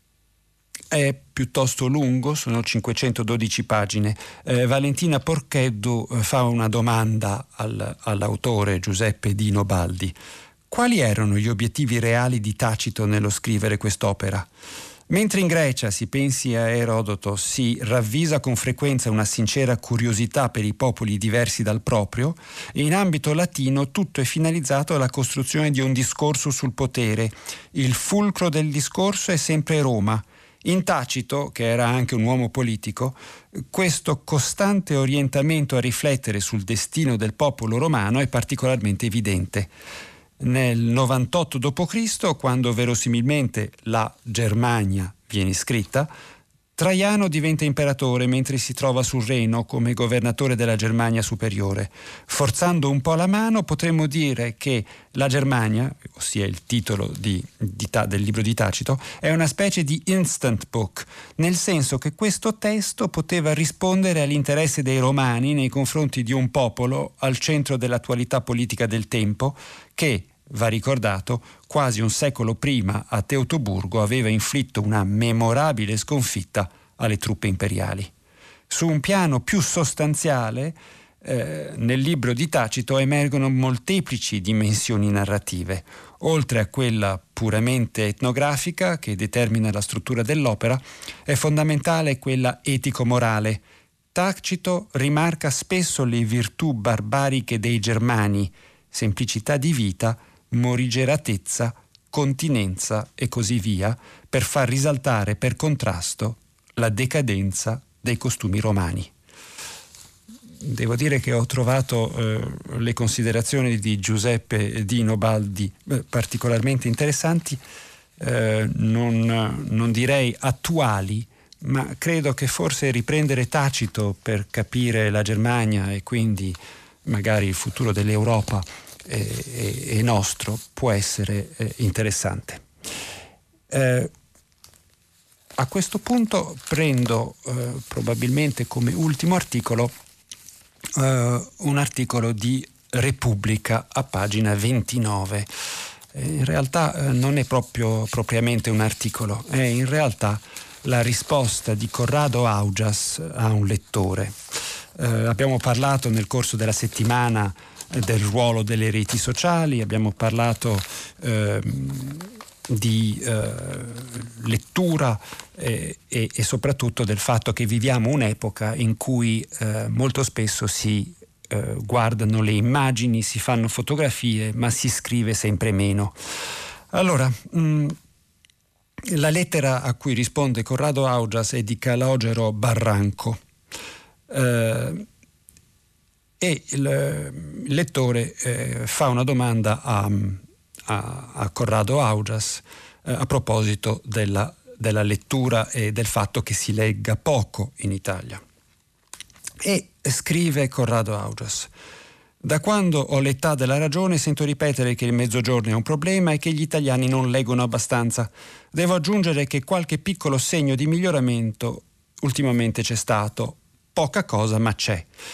è piuttosto lungo, sono cinquecentododici pagine. Eh, Valentina Porcheddu fa una domanda al, all'autore Giuseppe Dino Baldi. Quali erano gli obiettivi reali di Tacito nello scrivere quest'opera? Mentre in Grecia, si pensi a Erodoto, si ravvisa con frequenza una sincera curiosità per i popoli diversi dal proprio, in ambito latino tutto è finalizzato alla costruzione di un discorso sul potere. Il fulcro del discorso è sempre Roma. In Tacito, che era anche un uomo politico, questo costante orientamento a riflettere sul destino del popolo romano è particolarmente evidente. Nel novantotto dopo Cristo, quando verosimilmente la Germania viene scritta, Traiano diventa imperatore mentre si trova sul Reno come governatore della Germania superiore. Forzando un po' la mano potremmo dire che la Germania, ossia il titolo di, di, del libro di Tacito, è una specie di instant book, nel senso che questo testo poteva rispondere all'interesse dei romani nei confronti di un popolo al centro dell'attualità politica del tempo che, va ricordato, quasi un secolo prima a Teutoburgo aveva inflitto una memorabile sconfitta alle truppe imperiali. Su un piano più sostanziale, eh, nel libro di Tacito emergono molteplici dimensioni narrative. Oltre a quella puramente etnografica che determina la struttura dell'opera, è fondamentale quella etico-morale. Tacito rimarca spesso le virtù barbariche dei Germani, semplicità di vita, morigeratezza, continenza e così via, per far risaltare per contrasto la decadenza dei costumi romani. Devo dire che ho trovato eh, le considerazioni di Giuseppe Dino Baldi eh, particolarmente interessanti, eh, non, non direi attuali, ma credo che forse riprendere Tacito per capire la Germania e quindi magari il futuro dell'Europa e, e nostro può essere eh, interessante. Eh, a questo punto prendo eh, probabilmente come ultimo articolo eh, un articolo di Repubblica a pagina ventinove. Eh, in realtà eh, non è proprio propriamente un articolo, è in realtà la risposta di Corrado Augias a un lettore. Eh, abbiamo parlato nel corso della settimana del ruolo delle reti sociali, abbiamo parlato eh, di eh, lettura eh, e, e soprattutto del fatto che viviamo un'epoca in cui eh, molto spesso si eh, guardano le immagini, si fanno fotografie, ma si scrive sempre meno. Allora, mh, la lettera a cui risponde Corrado Augias è di Calogero Barranco. Eh, E il lettore eh, fa una domanda a, a, a Corrado Augias eh, a proposito della, della lettura e del fatto che si legga poco in Italia. E scrive Corrado Augias: da quando ho l'età della ragione sento ripetere che il mezzogiorno è un problema e che gli italiani non leggono abbastanza. Devo aggiungere che qualche piccolo segno di miglioramento ultimamente c'è stato, poca cosa ma c'è.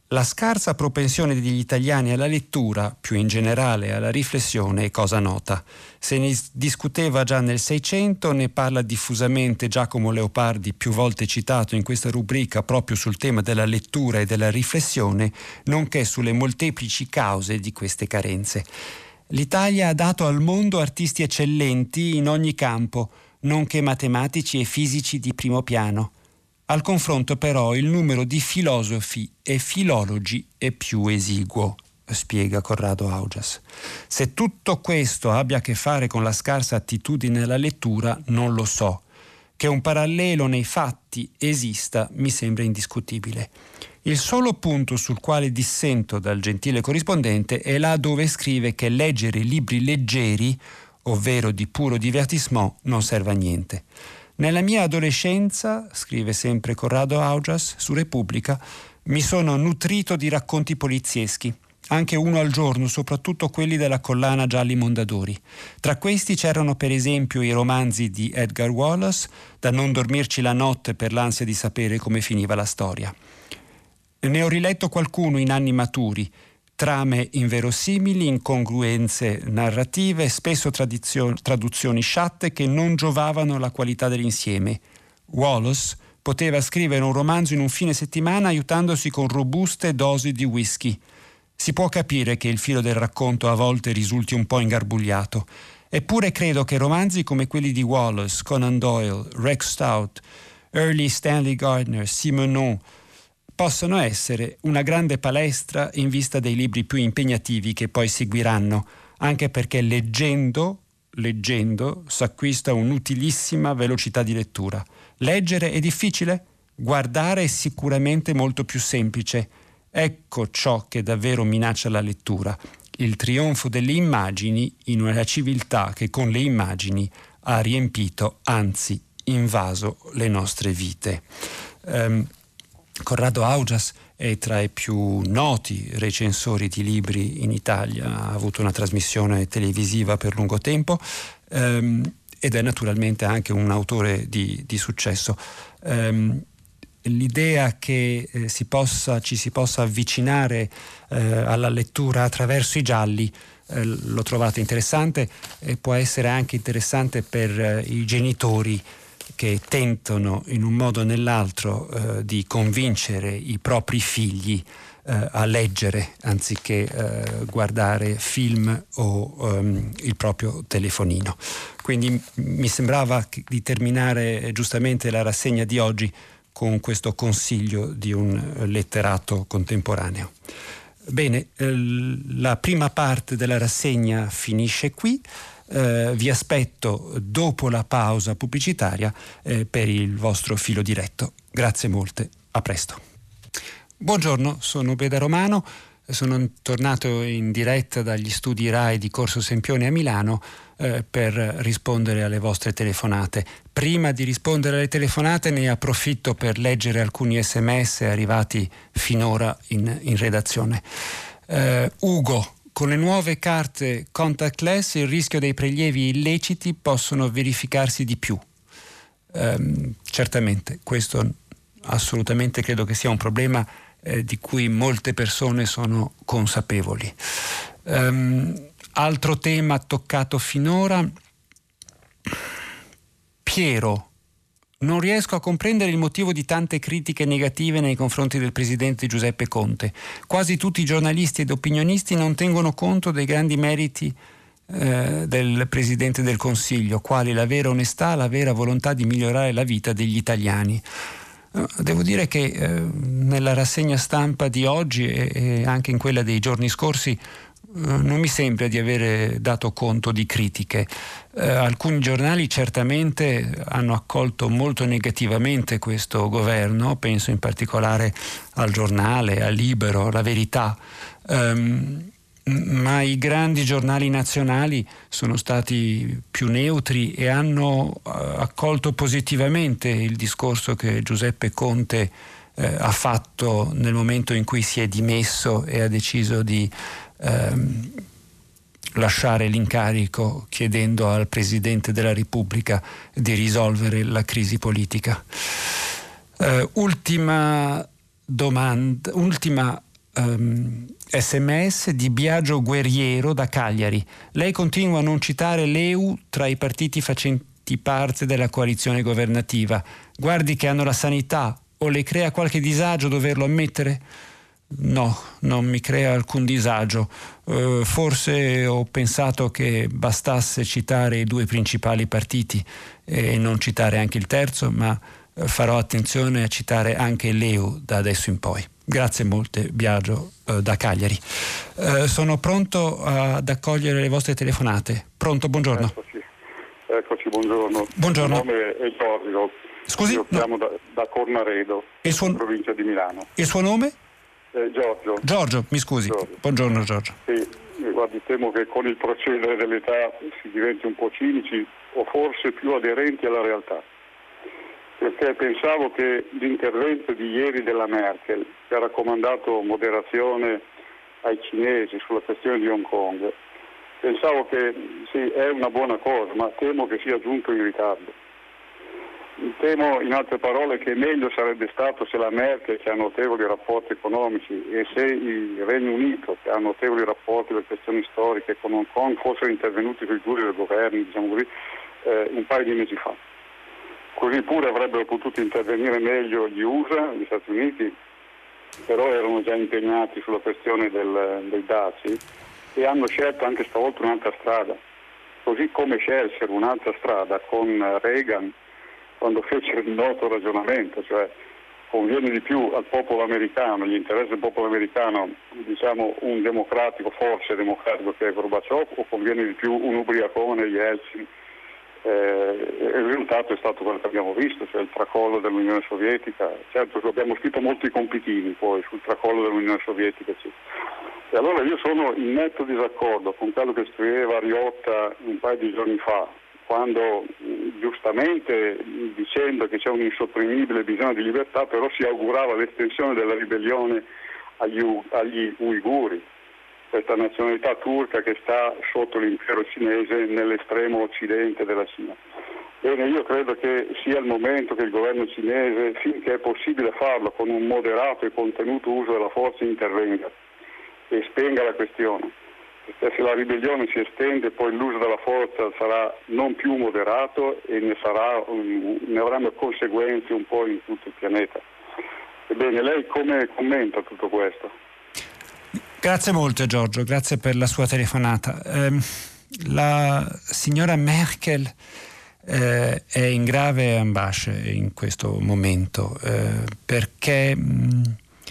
La scarsa propensione degli italiani alla lettura, più in generale alla riflessione, è cosa nota. Se ne discuteva già nel Seicento, ne parla diffusamente Giacomo Leopardi, più volte citato in questa rubrica proprio sul tema della lettura e della riflessione, nonché sulle molteplici cause di queste carenze. L'Italia ha dato al mondo artisti eccellenti in ogni campo, nonché matematici e fisici di primo piano. Al confronto però il numero di filosofi e filologi è più esiguo, spiega Corrado Augias. Se tutto questo abbia a che fare con la scarsa attitudine alla lettura, non lo so. Che un parallelo nei fatti esista mi sembra indiscutibile. Il solo punto sul quale dissento dal gentile corrispondente è là dove scrive che leggere libri leggeri, ovvero di puro divertissement, non serve a niente. Nella mia adolescenza, scrive sempre Corrado Augias su Repubblica, mi sono nutrito di racconti polizieschi, anche uno al giorno, soprattutto quelli della collana Gialli Mondadori. Tra questi c'erano per esempio i romanzi di Edgar Wallace, da non dormirci la notte per l'ansia di sapere come finiva la storia. Ne ho riletto qualcuno in anni maturi, trame inverosimili, incongruenze narrative, spesso tradizio- traduzioni sciatte che non giovavano alla qualità dell'insieme. Wallace poteva scrivere un romanzo in un fine settimana aiutandosi con robuste dosi di whisky. Si può capire che il filo del racconto a volte risulti un po' ingarbugliato. Eppure credo che romanzi come quelli di Wallace, Conan Doyle, Rex Stout, Early Stanley Gardner, Simenon possono essere una grande palestra in vista dei libri più impegnativi che poi seguiranno, anche perché leggendo, leggendo s'acquista un'utilissima velocità di lettura. Leggere è difficile? Guardare è sicuramente molto più semplice. Ecco ciò che davvero minaccia la lettura, il trionfo delle immagini in una civiltà che con le immagini ha riempito, anzi invaso, le nostre vite. Um, Corrado Augias è tra i più noti recensori di libri in Italia, ha avuto una trasmissione televisiva per lungo tempo ehm, ed è naturalmente anche un autore di, di successo. Ehm, l'idea che eh, si possa, ci si possa avvicinare eh, alla lettura attraverso i gialli eh, l'ho trovata interessante e può essere anche interessante per eh, i genitori che tentano in un modo o nell'altro eh, di convincere i propri figli eh, a leggere anziché eh, guardare film o um, il proprio telefonino. Quindi mi sembrava di terminare giustamente la rassegna di oggi con questo consiglio di un letterato contemporaneo. Bene, eh, la prima parte della rassegna finisce qui. Uh, vi aspetto dopo la pausa pubblicitaria eh, per il vostro filo diretto. Grazie molte, a presto. Buongiorno, sono Beda Romano, sono tornato in diretta dagli studi RAI di Corso Sempione a Milano eh, per rispondere alle vostre telefonate. Prima di rispondere alle telefonate ne approfitto per leggere alcuni sms arrivati finora in, in redazione. Uh, Ugo: con le nuove carte contactless il rischio dei prelievi illeciti possono verificarsi di più. Um, certamente, questo assolutamente credo che sia un problema eh, di cui molte persone sono consapevoli. Um, altro tema toccato finora. Piero: non riesco a comprendere il motivo di tante critiche negative nei confronti del presidente Giuseppe Conte. Quasi tutti i giornalisti ed opinionisti non tengono conto dei grandi meriti eh, del presidente del Consiglio, quali la vera onestà, la vera volontà di migliorare la vita degli italiani. Devo dire che eh, nella rassegna stampa di oggi e, e anche in quella dei giorni scorsi non mi sembra di avere dato conto di critiche. Eh, alcuni giornali certamente hanno accolto molto negativamente questo governo, penso in particolare al Giornale, a Libero, La Verità, um, ma i grandi giornali nazionali sono stati più neutri e hanno uh, accolto positivamente il discorso che Giuseppe Conte uh, ha fatto nel momento in cui si è dimesso e ha deciso di Ehm, lasciare l'incarico, chiedendo al Presidente della Repubblica di risolvere la crisi politica. Eh, ultima domanda, ultima um, sms di Biagio Guerriero da Cagliari. Lei continua a non citare l'E U tra i partiti facenti parte della coalizione governativa. Guardi che hanno la sanità, o le crea qualche disagio doverlo ammettere? No, non mi crea alcun disagio. Uh, forse ho pensato che bastasse citare i due principali partiti e non citare anche il terzo, ma uh, farò attenzione a citare anche l'E U da adesso in poi. Grazie molte, Biagio uh, da Cagliari. Uh, sono pronto ad accogliere le vostre telefonate. Pronto, buongiorno. Eccoci, Eccoci buongiorno. Buongiorno. Il nome è Giorgio. Scusi? Io chiamo No. da, da Cornaredo, il suo... in provincia di Milano. Il suo nome? Eh, Giorgio. Giorgio, mi scusi. Giorgio. Buongiorno Giorgio. Sì, guardi, temo che con il procedere dell'età si diventi un po' cinici o forse più aderenti alla realtà. Perché pensavo che l'intervento di ieri della Merkel, che ha raccomandato moderazione ai cinesi sulla questione di Hong Kong, pensavo che sì, è una buona cosa, ma temo che sia giunto in ritardo. Temo, in altre parole, che meglio sarebbe stato se la Merkel, che ha notevoli rapporti economici, e se il Regno Unito, che ha notevoli rapporti per questioni storiche con Hong Kong, fossero intervenuti sui duri del governo, diciamo così, eh, un paio di mesi fa. Così pure avrebbero potuto intervenire meglio gli U S A, gli Stati Uniti, però erano già impegnati sulla questione del, dei dazi e hanno scelto anche stavolta un'altra strada. Così come scelsero un'altra strada con Reagan, quando fece il noto ragionamento, cioè conviene di più al popolo americano, gli interessi del popolo americano, diciamo un democratico, forse democratico che è Gorbaciov, o conviene di più un ubriacone, Yeltsin. Eh, il risultato è stato quello che abbiamo visto, cioè il tracollo dell'Unione Sovietica. Certo che abbiamo scritto molti compitini poi sul tracollo dell'Unione Sovietica, eccetera. E allora io sono in netto disaccordo con quello che scriveva Riotta un paio di giorni fa, quando giustamente, dicendo che c'è un insopprimibile bisogno di libertà, però si augurava l'estensione della ribellione agli, agli uiguri, questa nazionalità turca che sta sotto l'impero cinese nell'estremo occidente della Cina. Bene, io credo che sia il momento che il governo cinese, finché è possibile farlo con un moderato e contenuto uso della forza, intervenga e spenga la questione. Se la ribellione si estende, poi l'uso della forza sarà non più moderato e ne, sarà, ne avranno conseguenze un po' in tutto il pianeta. Ebbene, lei come commenta tutto questo? Grazie molto Giorgio, grazie per la sua telefonata. Eh, la signora Merkel eh, è in grave ambasce in questo momento eh, perché mh,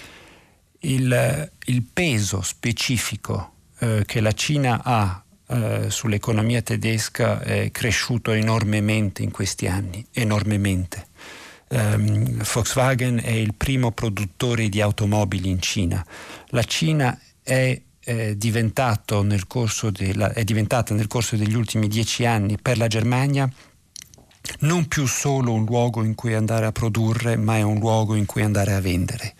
il, il peso specifico eh, che la Cina ha eh, sull'economia tedesca è cresciuto enormemente in questi anni, enormemente. Um, Volkswagen è il primo produttore di automobili in Cina. La Cina è, eh, diventato nel corso della, è diventata nel corso degli ultimi dieci anni per la Germania non più solo un luogo in cui andare a produrre, ma è un luogo in cui andare a vendere.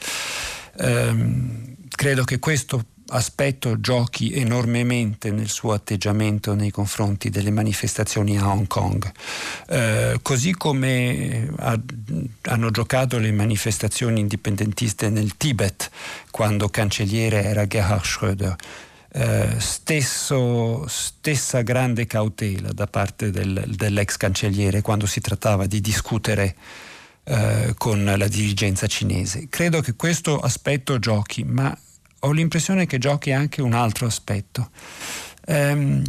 Um, credo che questo aspetto giochi enormemente nel suo atteggiamento nei confronti delle manifestazioni a Hong Kong, eh, così come ha, hanno giocato le manifestazioni indipendentiste nel Tibet quando cancelliere era Gerhard Schröder. Eh, stesso, stessa grande cautela da parte del, dell'ex cancelliere quando si trattava di discutere eh, con la dirigenza cinese. Credo che questo aspetto giochi, ma ho l'impressione che giochi anche un altro aspetto. Um,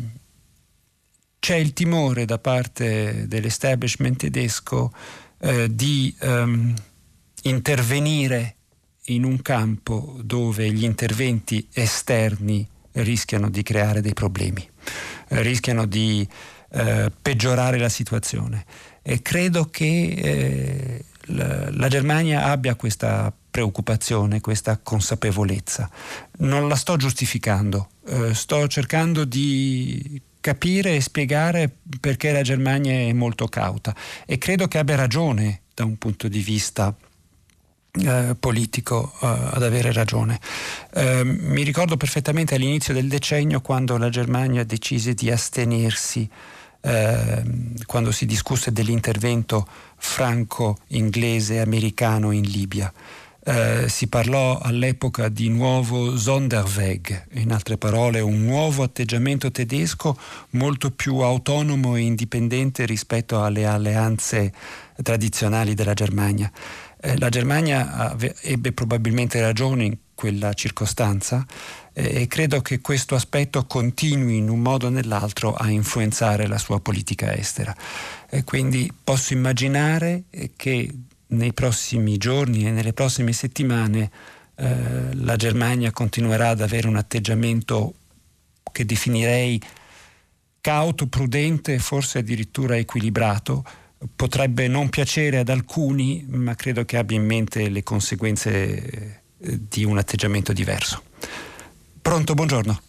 c'è il timore da parte dell'establishment tedesco eh, di um, intervenire in un campo dove gli interventi esterni rischiano di creare dei problemi, eh, rischiano di eh, peggiorare la situazione. E credo che eh, la, la Germania abbia questa preoccupazione, questa consapevolezza. Non la sto giustificando, eh, sto cercando di capire e spiegare perché la Germania è molto cauta e credo che abbia ragione da un punto di vista eh, politico eh, ad avere ragione. Eh, mi ricordo perfettamente all'inizio del decennio quando la Germania decise di astenersi eh, quando si discusse dell'intervento franco-inglese americano in Libia. Eh, si parlò all'epoca di nuovo Sonderweg, in altre parole un nuovo atteggiamento tedesco molto più autonomo e indipendente rispetto alle alleanze tradizionali della Germania. Eh, la Germania ave- ebbe probabilmente ragione in quella circostanza eh, e credo che questo aspetto continui in un modo o nell'altro a influenzare la sua politica estera. E quindi posso immaginare eh, che nei prossimi giorni e nelle prossime settimane eh, la Germania continuerà ad avere un atteggiamento che definirei cauto, prudente, forse addirittura equilibrato. Potrebbe non piacere ad alcuni, ma credo che abbia in mente le conseguenze di un atteggiamento diverso. Pronto, buongiorno.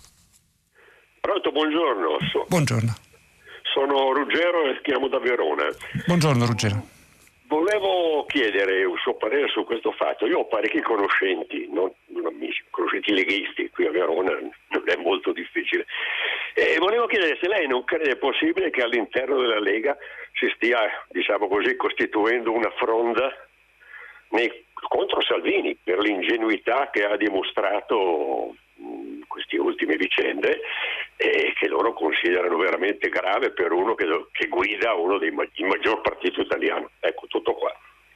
Pronto, buongiorno. So- Buongiorno. Sono Ruggero e chiamo da Verona. Buongiorno Ruggero. Volevo chiedere un suo parere su questo fatto. Io ho parecchi conoscenti, non, non amici, conoscenti leghisti qui a Verona, non è molto difficile. E volevo chiedere se lei non crede possibile che all'interno della Lega si stia, diciamo così, costituendo una fronda nei, contro Salvini per l'ingenuità che ha dimostrato in queste ultime vicende e che loro considerano veramente grave per uno che, che guida uno dei il maggior partito italiano. Ecco, tutto qua.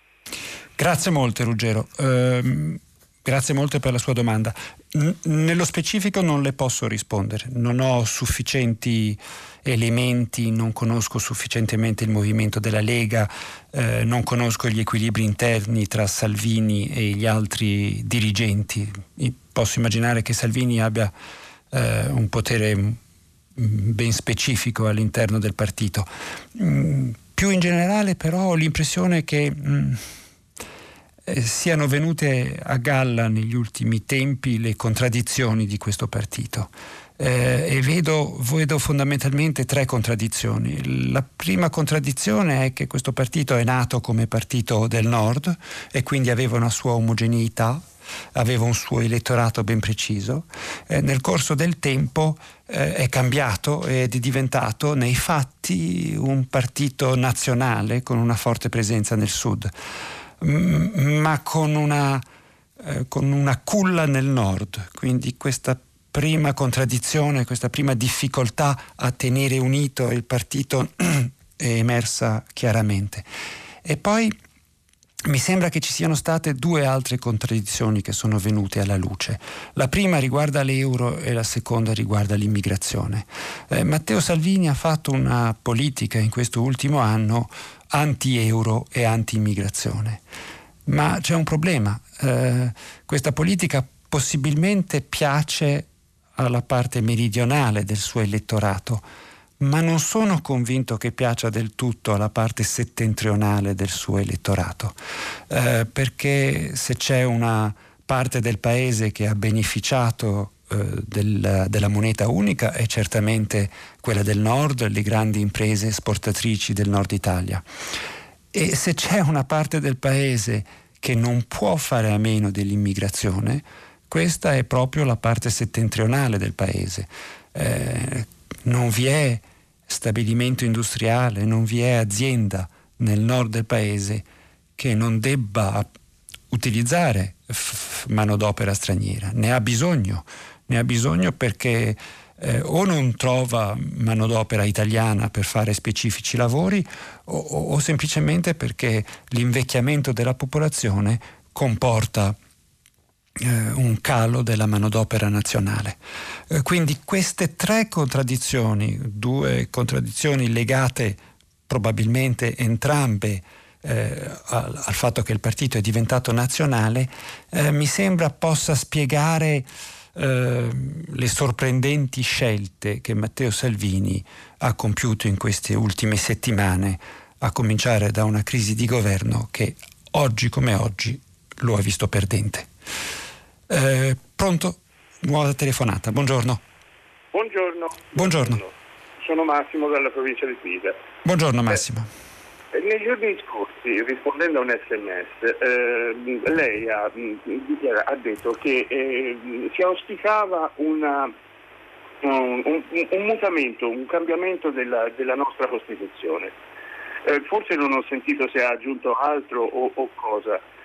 Grazie molte Ruggero. Ehm, grazie molte per la sua domanda. N- nello specifico non le posso rispondere, non ho sufficienti elementi, non conosco sufficientemente il movimento della Lega, eh, non conosco gli equilibri interni tra Salvini e gli altri dirigenti. Posso immaginare che Salvini abbia eh, un potere ben specifico all'interno del partito. Mm, più in generale però ho l'impressione che mm, eh, siano venute a galla negli ultimi tempi le contraddizioni di questo partito. Eh, e vedo, vedo fondamentalmente tre contraddizioni. La prima contraddizione è che questo partito è nato come partito del nord e quindi aveva una sua omogeneità, aveva un suo elettorato ben preciso. Eh, nel corso del tempo eh, è cambiato ed è diventato nei fatti un partito nazionale con una forte presenza nel sud, m- ma con una, eh, con una culla nel nord. Quindi questa prima contraddizione, questa prima difficoltà a tenere unito il partito è emersa chiaramente. E poi mi sembra che ci siano state due altre contraddizioni che sono venute alla luce. La prima riguarda l'euro e la seconda riguarda l'immigrazione. Eh, Matteo Salvini ha fatto una politica in questo ultimo anno anti-euro e anti-immigrazione. Ma c'è un problema. Eh, questa politica possibilmente piace alla parte meridionale del suo elettorato, ma non sono convinto che piaccia del tutto alla parte settentrionale del suo elettorato, eh, perché se c'è una parte del paese che ha beneficiato eh, del, della moneta unica è certamente quella del nord, le grandi imprese esportatrici del nord Italia. E se c'è una parte del paese che non può fare a meno dell'immigrazione, questa è proprio la parte settentrionale del paese. Eh, non vi è stabilimento industriale, non vi è azienda nel nord del paese che non debba utilizzare f- manodopera straniera. Ne ha bisogno, ne ha bisogno perché eh, o non trova manodopera italiana per fare specifici lavori o, o, o semplicemente perché l'invecchiamento della popolazione comporta un calo della manodopera nazionale. Quindi queste tre contraddizioni, due contraddizioni legate probabilmente entrambe eh, al, al fatto che il partito è diventato nazionale, eh, mi sembra possa spiegare eh, le sorprendenti scelte che Matteo Salvini ha compiuto in queste ultime settimane, a cominciare da una crisi di governo che oggi come oggi lo ha visto perdente. Eh, pronto? Nuova telefonata. Buongiorno. Buongiorno. Buongiorno. Sono Massimo dalla provincia di Pisa. Buongiorno Massimo. Eh, nei giorni scorsi, rispondendo a un sms, eh, lei ha, ha detto che eh, si auspicava una, un, un, un mutamento, un cambiamento della, della nostra Costituzione. Eh, forse non ho sentito se ha aggiunto altro o, o cosa.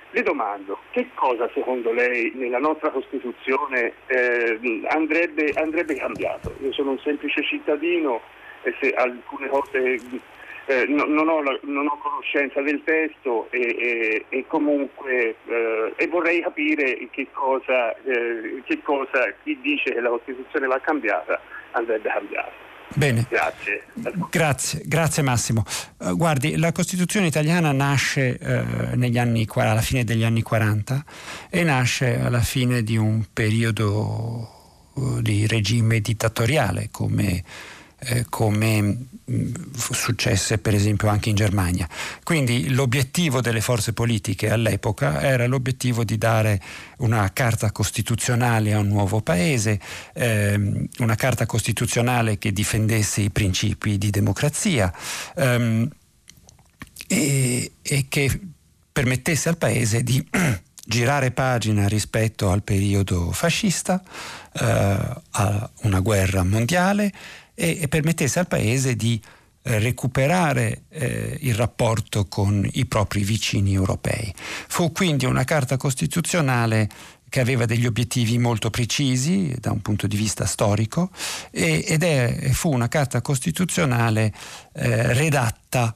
Le domando, che cosa secondo lei nella nostra Costituzione eh, andrebbe, andrebbe cambiato? Io sono un semplice cittadino e se alcune cose eh, no, non, ho la, non ho conoscenza del testo e, e, e comunque eh, e vorrei capire che cosa, eh, che cosa chi dice che la Costituzione va cambiata andrebbe cambiata. Bene, grazie. Grazie, grazie Massimo. Uh, guardi, la Costituzione italiana nasce uh, negli anni, alla fine degli anni quaranta e nasce alla fine di un periodo uh, di regime dittatoriale come Eh, come mh, successe per esempio anche in Germania. Quindi l'obiettivo delle forze politiche all'epoca era l'obiettivo di dare una carta costituzionale a un nuovo paese, ehm, una carta costituzionale che difendesse i principi di democrazia ehm, e, e che permettesse al paese di girare pagina rispetto al periodo fascista, eh, a una guerra mondiale e permettesse al paese di recuperare eh, il rapporto con i propri vicini europei. Fu quindi una carta costituzionale che aveva degli obiettivi molto precisi da un punto di vista storico e, ed è, fu una carta costituzionale eh, redatta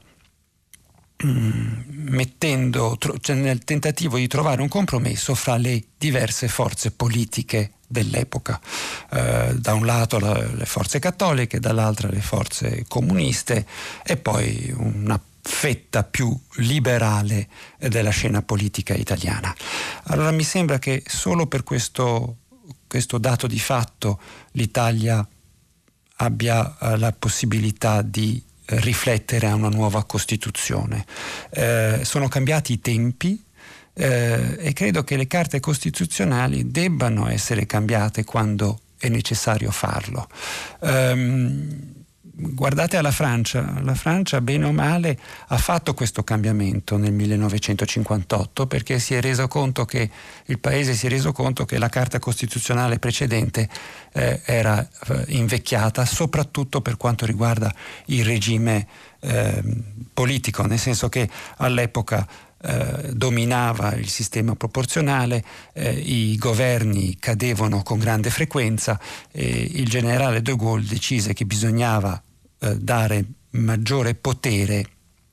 mettendo, cioè nel tentativo di trovare un compromesso fra le diverse forze politiche dell'epoca, eh, da un lato la, le forze cattoliche, dall'altra le forze comuniste e poi una fetta più liberale della scena politica italiana. Allora mi sembra che solo per questo, questo dato di fatto l'Italia abbia eh, la possibilità di riflettere a una nuova Costituzione. Eh, sono cambiati i tempi eh, e credo che le carte costituzionali debbano essere cambiate quando è necessario farlo. Um, Guardate alla Francia, la Francia bene o male ha fatto questo cambiamento nel millenovecentocinquantotto perché si è reso conto che il paese si è reso conto che la carta costituzionale precedente eh, era eh, invecchiata soprattutto per quanto riguarda il regime eh, politico, nel senso che all'epoca eh, dominava il sistema proporzionale, eh, i governi cadevano con grande frequenza e il generale de Gaulle decise che bisognava dare maggiore potere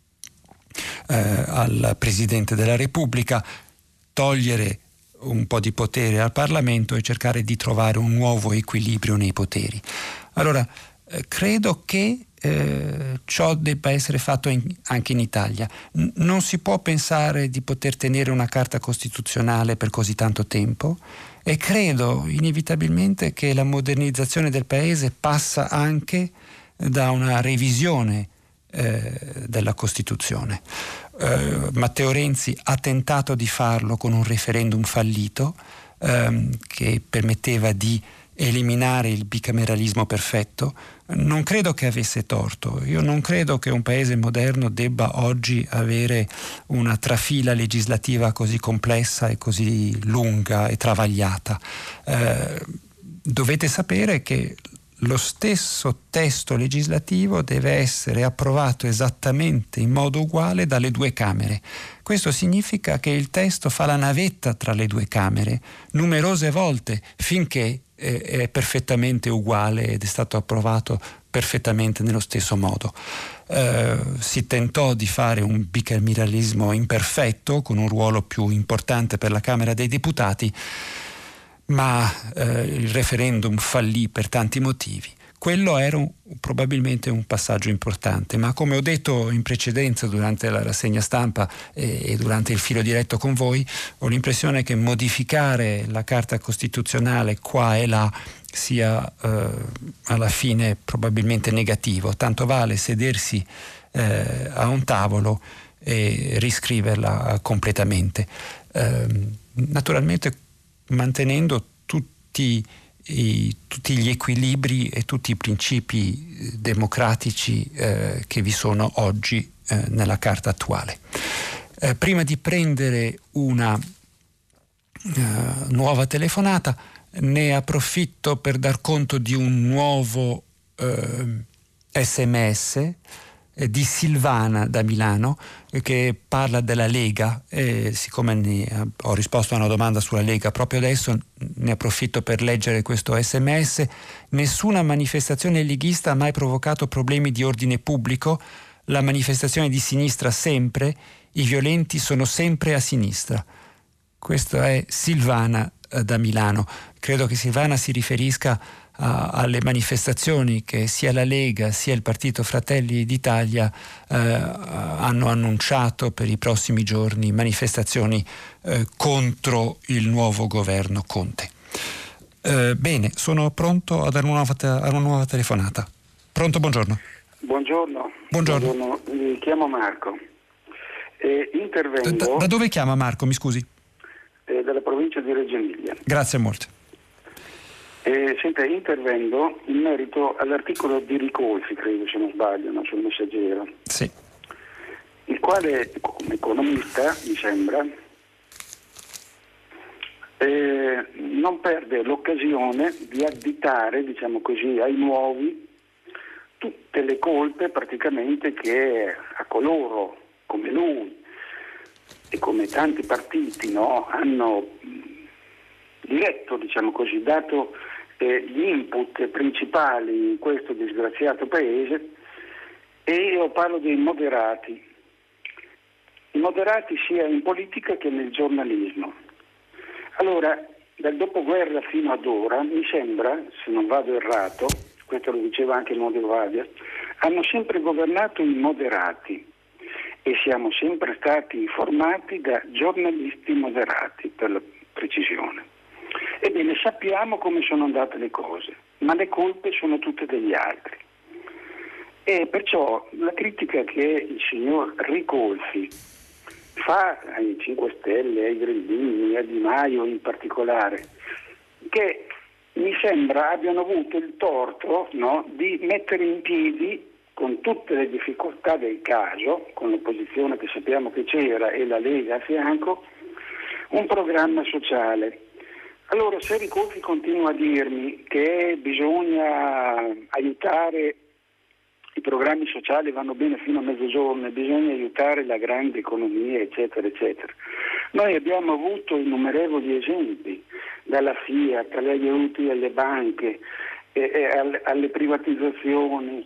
eh, al Presidente della Repubblica, togliere un po' di potere al Parlamento e cercare di trovare un nuovo equilibrio nei poteri. Allora, eh, credo che eh, ciò debba essere fatto in, anche in Italia. N- non si può pensare di poter tenere una carta costituzionale per così tanto tempo e credo inevitabilmente che la modernizzazione del paese passa anche da una revisione eh, della Costituzione. Eh, Matteo Renzi ha tentato di farlo con un referendum fallito ehm, che permetteva di eliminare il bicameralismo perfetto. Non credo che avesse torto. Io non credo che un paese moderno debba oggi avere una trafila legislativa così complessa e così lunga e travagliata. Eh, dovete sapere che lo stesso testo legislativo deve essere approvato esattamente in modo uguale dalle due Camere. Questo significa che il testo fa la navetta tra le due Camere numerose volte finché è perfettamente uguale ed è stato approvato perfettamente nello stesso modo. Eh, si tentò di fare un bicameralismo imperfetto con un ruolo più importante per la Camera dei Deputati, ma eh, il referendum fallì per tanti motivi. Quello era un, probabilmente un passaggio importante, ma come ho detto in precedenza durante la rassegna stampa e, e durante il filo diretto con voi, ho l'impressione che modificare la Carta Costituzionale qua e là sia eh, alla fine probabilmente negativo. Tanto vale sedersi eh, a un tavolo e riscriverla completamente. Eh, naturalmente mantenendo tutti, i, tutti gli equilibri e tutti i principi democratici eh, che vi sono oggi eh, nella Carta attuale. Eh, prima di prendere una eh, nuova telefonata, ne approfitto per dar conto di un nuovo eh, S M S eh, di Silvana da Milano, eh, che parla della Lega. E siccome ne, eh, ho risposto a una domanda sulla Lega proprio adesso, ne approfitto per leggere questo sms. Nessuna manifestazione leghista ha mai provocato problemi di ordine pubblico. La manifestazione di sinistra sempre, i violenti sono sempre a sinistra. Questo è Silvana eh, da Milano. Credo che Silvana si riferisca a, alle manifestazioni che sia la Lega sia il Partito Fratelli d'Italia eh, hanno annunciato per i prossimi giorni, manifestazioni eh, contro il nuovo governo Conte. Eh, bene, sono pronto a dare una nuova, te- a una nuova telefonata. Pronto, buongiorno. Buongiorno. Buongiorno. Buongiorno. Mi chiamo Marco. Eh, intervengo. Da, da dove chiama Marco, mi scusi? Eh, dalla provincia di Reggio Emilia. Grazie molte. Eh, senta, intervengo in merito all'articolo di Ricolfi, credo se non sbaglio, no? Sul Messaggero. Sì. Il quale, come economista, mi sembra, eh, non perde l'occasione di additare, diciamo così, ai nuovi tutte le colpe praticamente che a coloro come lui e come tanti partiti, no, hanno diretto, diciamo così, dato eh, gli input principali in questo disgraziato paese, e io parlo dei moderati. I moderati sia in politica che nel giornalismo. Allora, dal dopoguerra fino ad ora, mi sembra, se non vado errato, questo lo diceva anche Mondo Vadia, hanno sempre governato i moderati e siamo sempre stati informati da giornalisti moderati, per la precisione. Ebbene, sappiamo come sono andate le cose, ma le colpe sono tutte degli altri. E perciò la critica che il signor Ricolfi fa ai cinque Stelle, ai Grillini, a Di Maio in particolare, che mi sembra abbiano avuto il torto, no, di mettere in piedi, con tutte le difficoltà del caso, con l'opposizione che sappiamo che c'era e la Lega a fianco, un programma sociale. Allora, se Ricolfi continua a dirmi che bisogna aiutare, i programmi sociali vanno bene fino a mezzogiorno, bisogna aiutare la grande economia, eccetera, eccetera. Noi abbiamo avuto innumerevoli esempi, dalla Fiat, agli aiuti alle banche, eh, eh, alle, alle privatizzazioni,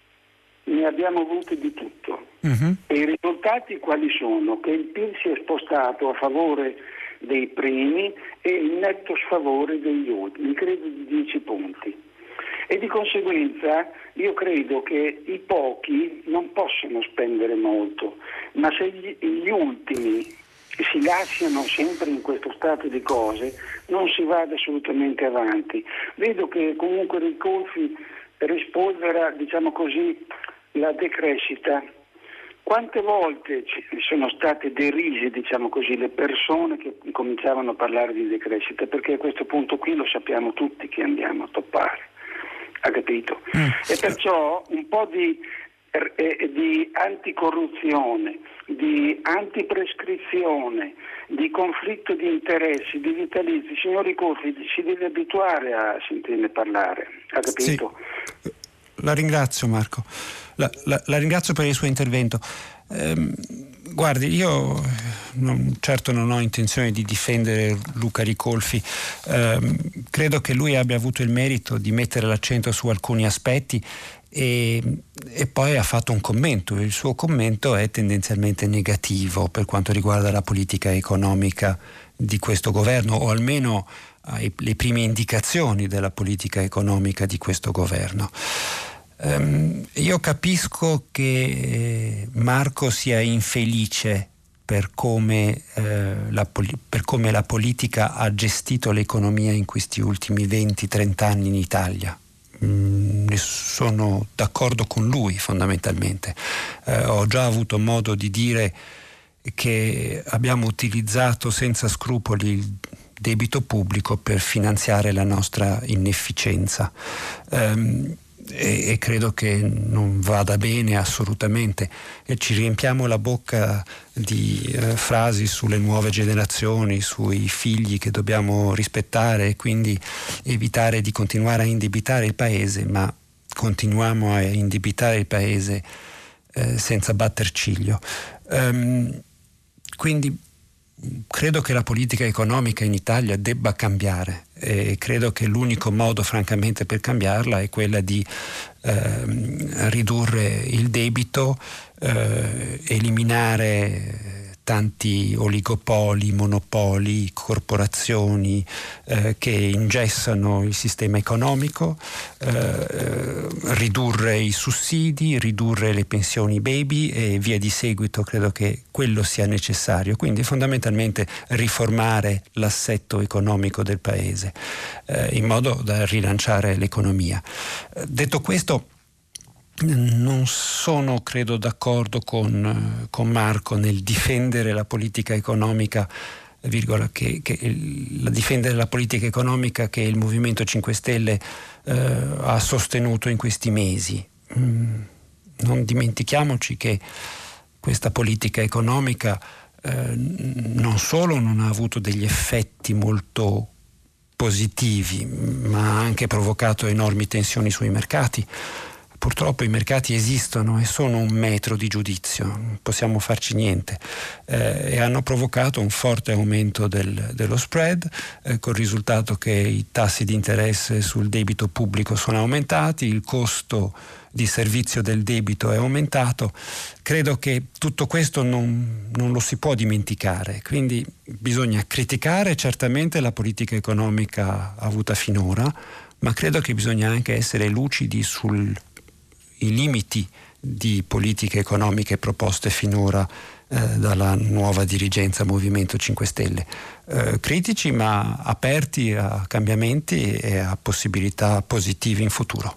ne abbiamo avuti di tutto. Uh-huh. E i risultati quali sono? Che il P I L si è spostato a favore dei primi e in netto sfavore degli ultimi, credo di dieci punti. E di conseguenza io credo che i pochi non possono spendere molto, ma se gli, gli ultimi si lasciano sempre in questo stato di cose non si va assolutamente avanti. Vedo che comunque Ricolfi rispolvera, diciamo così, la decrescita. Quante volte ci sono state derise, diciamo così, le persone che cominciavano a parlare di decrescita, perché a questo punto qui lo sappiamo tutti che andiamo a toppare, ha capito? Mm. E perciò un po' di, eh, di anticorruzione, di antiprescrizione, di conflitto di interessi, di vitalizi, signor Ricolfi si deve abituare a sentirne parlare, ha capito? Sì. La ringrazio Marco, la, la, la ringrazio per il suo intervento. Ehm, guardi, io non, certo non ho intenzione di difendere Luca Ricolfi, ehm, credo che lui abbia avuto il merito di mettere l'accento su alcuni aspetti e, e poi ha fatto un commento. Il suo commento è tendenzialmente negativo per quanto riguarda la politica economica di questo governo, o almeno le prime indicazioni della politica economica di questo governo. Um, io capisco che Marco sia infelice per come, eh, la, per come la politica ha gestito l'economia in questi ultimi venti trenta anni in Italia. Mm, sono d'accordo con lui fondamentalmente. Eh, ho già avuto modo di dire che abbiamo utilizzato senza scrupoli il debito pubblico per finanziare la nostra inefficienza. Um, E, e credo che non vada bene assolutamente, e ci riempiamo la bocca di eh, frasi sulle nuove generazioni, sui figli che dobbiamo rispettare e quindi evitare di continuare a indebitare il paese, ma continuiamo a indebitare il paese eh, senza batter ciglio. Um, quindi credo che la politica economica in Italia debba cambiare e credo che l'unico modo francamente per cambiarla è quella di eh, ridurre il debito, eh, eliminare tanti oligopoli, monopoli, corporazioni eh, che ingessano il sistema economico, eh, ridurre i sussidi, ridurre le pensioni baby e via di seguito. Credo che quello sia necessario. Quindi fondamentalmente riformare l'assetto economico del paese eh, in modo da rilanciare l'economia. Eh, detto questo, non sono, credo, d'accordo con, con Marco nel difendere la politica economica, virgola, che, che il, difendere la politica economica che il Movimento cinque Stelle eh, ha sostenuto in questi mesi. Mm, non dimentichiamoci che questa politica economica eh, non solo non ha avuto degli effetti molto positivi, ma ha anche provocato enormi tensioni sui mercati. Purtroppo i mercati esistono e sono un metro di giudizio, non possiamo farci niente, eh, e hanno provocato un forte aumento del, dello spread, eh, col risultato che i tassi di interesse sul debito pubblico sono aumentati, il costo di servizio del debito è aumentato. Credo che tutto questo non, non lo si può dimenticare, quindi bisogna criticare certamente la politica economica avuta finora, ma credo che bisogna anche essere lucidi sul i limiti di politiche economiche proposte finora eh, dalla nuova dirigenza Movimento cinque Stelle. Eh, critici ma aperti a cambiamenti e a possibilità positive in futuro.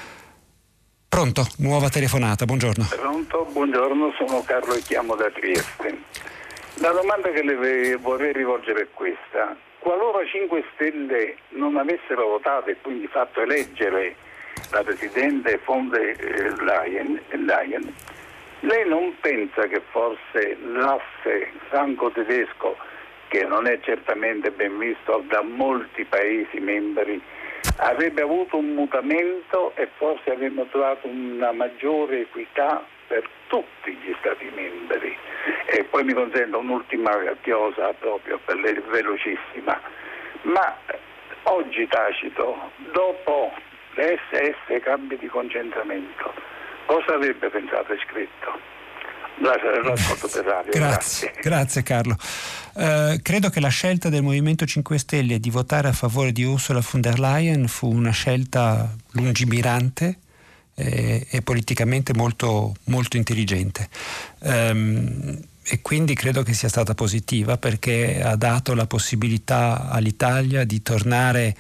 Pronto? Nuova telefonata, buongiorno. Pronto, buongiorno, sono Carlo e chiamo da Trieste. La domanda che le vorrei rivolgere è questa. Qualora cinque Stelle non avessero votato e quindi fatto eleggere la Presidente von der Leyen, Leyen, lei non pensa che forse l'asse franco-tedesco, che non è certamente ben visto da molti Paesi membri, avrebbe avuto un mutamento e forse avremmo trovato una maggiore equità per tutti gli Stati membri? E poi mi consenta un'ultima chiosa proprio per lei, velocissima. Ma oggi Tacito, dopo l'S S cambi di concentramento, cosa avrebbe pensato e scritto? L'ascolto per radio. Grazie, grazie, grazie Carlo. Uh, credo che la scelta del Movimento cinque Stelle di votare a favore di Ursula von der Leyen fu una scelta lungimirante e, e politicamente molto, molto intelligente. Um, e quindi credo che sia stata positiva perché ha dato la possibilità all'Italia di tornare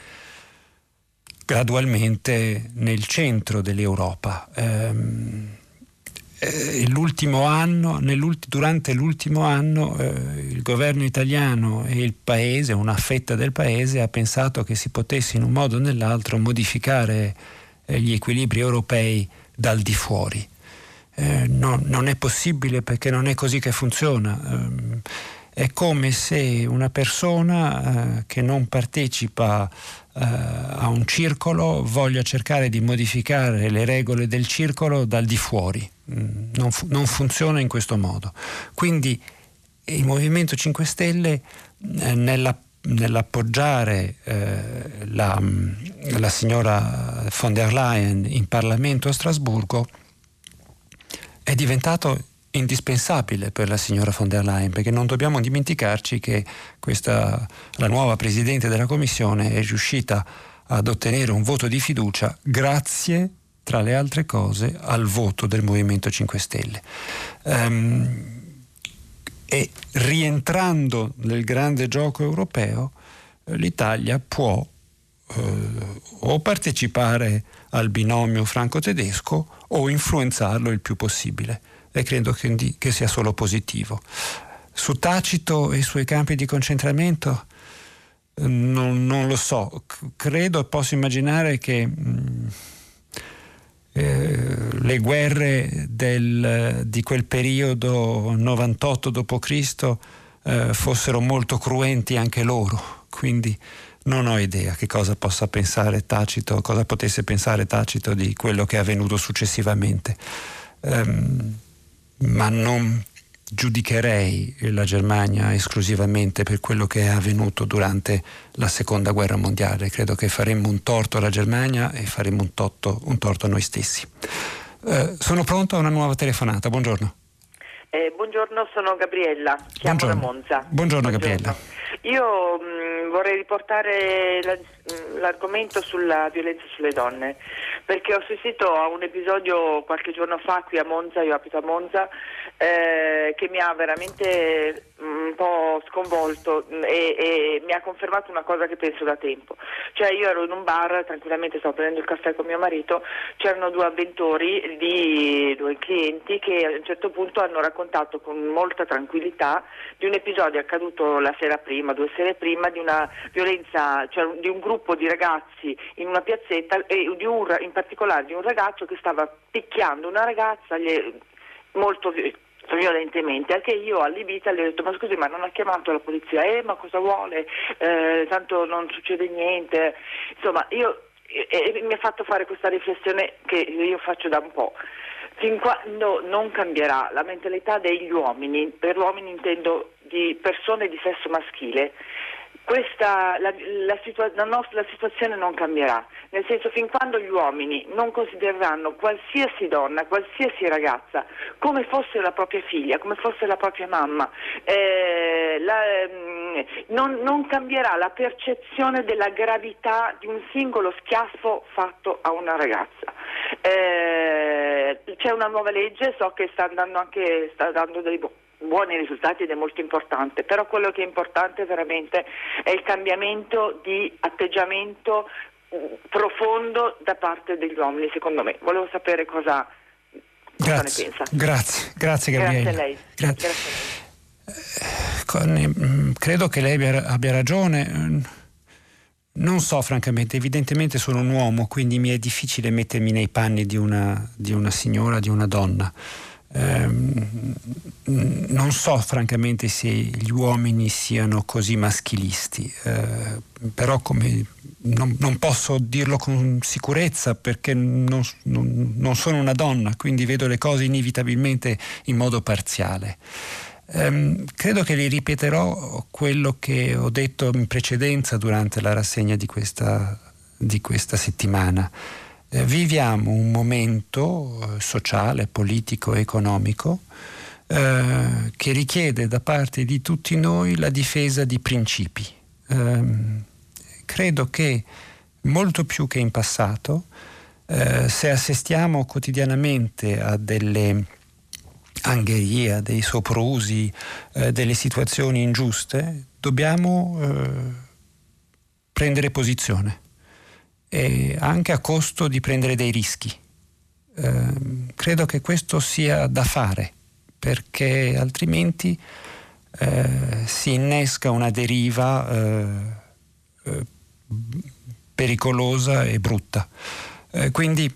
gradualmente nel centro dell'Europa. Ehm, eh, l'ultimo anno, durante l'ultimo anno eh, il governo italiano e il paese, una fetta del paese, ha pensato che si potesse in un modo o nell'altro modificare eh, gli equilibri europei dal di fuori. Eh, no, non è possibile perché non è così che funziona. Eh, è come se una persona eh, che non partecipa a un circolo voglia cercare di modificare le regole del circolo dal di fuori. Non, fu- non funziona in questo modo. Quindi il Movimento cinque Stelle eh, nella, nell'appoggiare eh, la, la signora von der Leyen in Parlamento a Strasburgo è diventato indispensabile per la signora von der Leyen, perché non dobbiamo dimenticarci che questa, la nuova Presidente della Commissione è riuscita ad ottenere un voto di fiducia grazie, tra le altre cose, al voto del Movimento cinque Stelle. Um, e rientrando nel grande gioco europeo, l'Italia può eh, o partecipare al binomio franco-tedesco o influenzarlo il più possibile. E credo che, che sia solo positivo. Su Tacito e i suoi campi di concentramento non, non lo so, credo e posso immaginare che mh, eh, le guerre del, di quel periodo novantotto dopo Cristo eh, fossero molto cruenti anche loro, quindi non ho idea che cosa possa pensare Tacito, cosa potesse pensare Tacito di quello che è avvenuto successivamente. ehm, ma non giudicherei la Germania esclusivamente per quello che è avvenuto durante la seconda guerra mondiale. Credo che faremmo un torto alla Germania e faremmo un torto, un torto a noi stessi. Eh, sono pronto a una nuova telefonata. Buongiorno. Eh, buongiorno, sono Gabriella, chiamo buongiorno. da Monza. Buongiorno, buongiorno. Gabriella. Io mh, vorrei riportare la, mh, l'argomento sulla violenza sulle donne, perché ho assistito a un episodio qualche giorno fa qui a Monza, io abito a Monza, eh, che mi ha veramente un po' sconvolto e, e mi ha confermato una cosa che penso da tempo. Cioè, io ero in un bar, tranquillamente stavo prendendo il caffè con mio marito, c'erano due avventori di due clienti che a un certo punto hanno raccontato con molta tranquillità di un episodio accaduto la sera prima, due sere prima, di una violenza, cioè di un gruppo di ragazzi in una piazzetta e di un, in particolare di un ragazzo che stava picchiando una ragazza molto violentemente, anche io allibita le ho detto: ma scusi, ma non ha chiamato la polizia? Eh ma cosa vuole? Eh, tanto non succede niente. Insomma, io e, e mi ha fatto fare questa riflessione che io faccio da un po'. Fin quando non cambierà la mentalità degli uomini, per uomini intendo di persone di sesso maschile, questa, la, la, situa- la, nostra, la situazione non cambierà, nel senso, fin quando gli uomini non considereranno qualsiasi donna, qualsiasi ragazza come fosse la propria figlia, come fosse la propria mamma, eh, la, non, non cambierà la percezione della gravità di un singolo schiaffo fatto a una ragazza. Eh, c'è una nuova legge, so che sta andando anche, sta dando dei bu- buoni risultati ed è molto importante, però quello che è importante veramente è il cambiamento di atteggiamento profondo da parte degli uomini, secondo me. Volevo sapere cosa, cosa grazie, ne pensa. Grazie, grazie Gabriele. Grazie a lei. Grazie. Grazie a lei. Con, credo che lei abbia, abbia ragione. Non so, francamente, evidentemente sono un uomo, quindi mi è difficile mettermi nei panni di una, di una signora, di una donna. Ehm, non so francamente se gli uomini siano così maschilisti, eh, però come non, non posso dirlo con sicurezza perché non, non, non sono una donna, quindi vedo le cose inevitabilmente in modo parziale. Um, credo che le ripeterò quello che ho detto in precedenza durante la rassegna di questa, di questa settimana. Eh, viviamo un momento eh, sociale, politico, economico eh, che richiede da parte di tutti noi la difesa di principi. Um, credo che molto più che in passato, eh, se assistiamo quotidianamente a delle angherie, a dei soprusi, eh, delle situazioni ingiuste, dobbiamo eh, prendere posizione, e anche a costo di prendere dei rischi. Eh, credo che questo sia da fare, perché altrimenti eh, si innesca una deriva eh, eh, pericolosa e brutta. Eh, quindi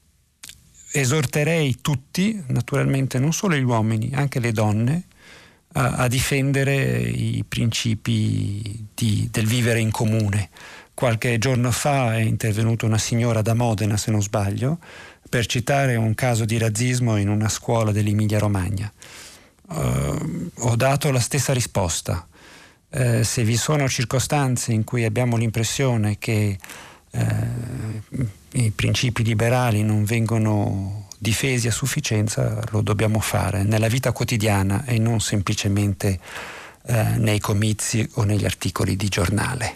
esorterei tutti, naturalmente non solo gli uomini, anche le donne, a, a difendere i principi di, del vivere in comune. Qualche giorno fa è intervenuta una signora da Modena, se non sbaglio, per citare un caso di razzismo in una scuola dell'Emilia Romagna. Uh, ho dato la stessa risposta. Uh, se vi sono circostanze in cui abbiamo l'impressione che uh, i principi liberali non vengono difesi a sufficienza, lo dobbiamo fare nella vita quotidiana e non semplicemente eh, nei comizi o negli articoli di giornale.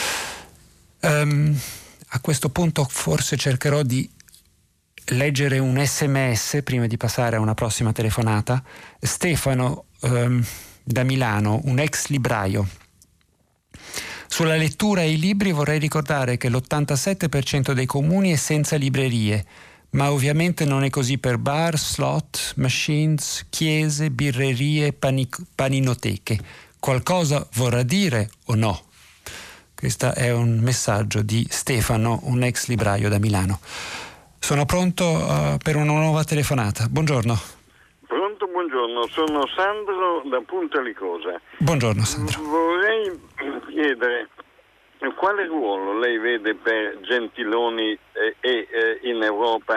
Um, a questo punto forse cercherò di leggere un sms prima di passare a una prossima telefonata. Stefano um, da Milano, un ex libraio. Sulla lettura e i libri vorrei ricordare che l'ottantasette per cento dei comuni è senza librerie, ma ovviamente non è così per bar, slot, machines, chiese, birrerie, panic- paninoteche. Qualcosa vorrà dire o no? Questo è un messaggio di Stefano, un ex libraio da Milano. Sono pronto uh, per una nuova telefonata. Buongiorno. Pronto, buongiorno. Sono Sandro da Punta Licosa. Buongiorno Sandro. Vorrei chiedere quale ruolo lei vede per Gentiloni e, e eh, in Europa,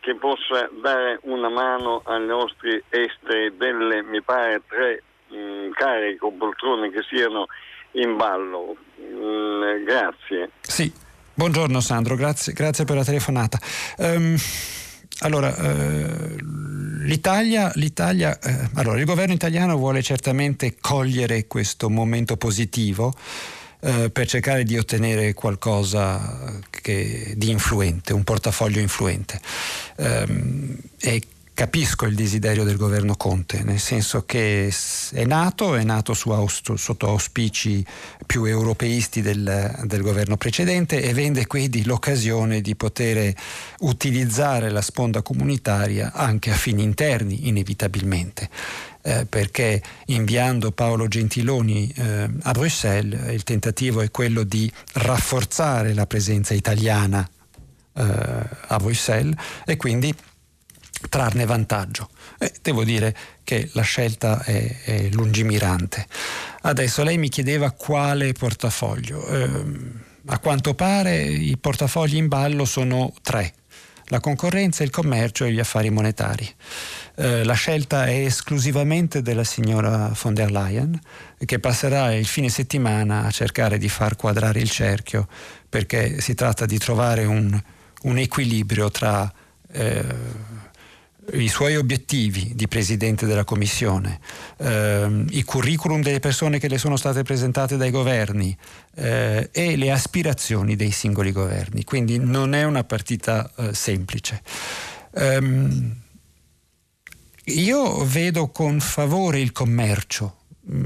che possa dare una mano ai nostri esteri delle, mi pare, tre mh, cariche o poltrone che siano in ballo. Mh, grazie. Sì, buongiorno Sandro, grazie, grazie per la telefonata. Um, allora, uh, l'Italia, l'Italia uh, allora, il governo italiano vuole certamente cogliere questo momento positivo Uh, per cercare di ottenere qualcosa che, di influente, un portafoglio influente. Um, e capisco il desiderio del governo Conte, nel senso che è nato, è nato su aust- sotto auspici più europeisti del, del governo precedente e vende quindi l'occasione di poter utilizzare la sponda comunitaria anche a fini interni, inevitabilmente. Eh, perché inviando Paolo Gentiloni eh, a Bruxelles il tentativo è quello di rafforzare la presenza italiana eh, a Bruxelles e quindi trarne vantaggio. Eh, devo dire che la scelta è, è lungimirante. Adesso lei mi chiedeva quale portafoglio. Eh, a quanto pare i portafogli in ballo sono tre: la concorrenza, il commercio e gli affari monetari. Eh, la scelta è esclusivamente della signora von der Leyen, che passerà il fine settimana a cercare di far quadrare il cerchio, perché si tratta di trovare un, un equilibrio tra eh, i suoi obiettivi di presidente della Commissione, eh, i curriculum delle persone che le sono state presentate dai governi eh, e le aspirazioni dei singoli governi. Quindi non è una partita eh, semplice. Um, io vedo con favore il commercio,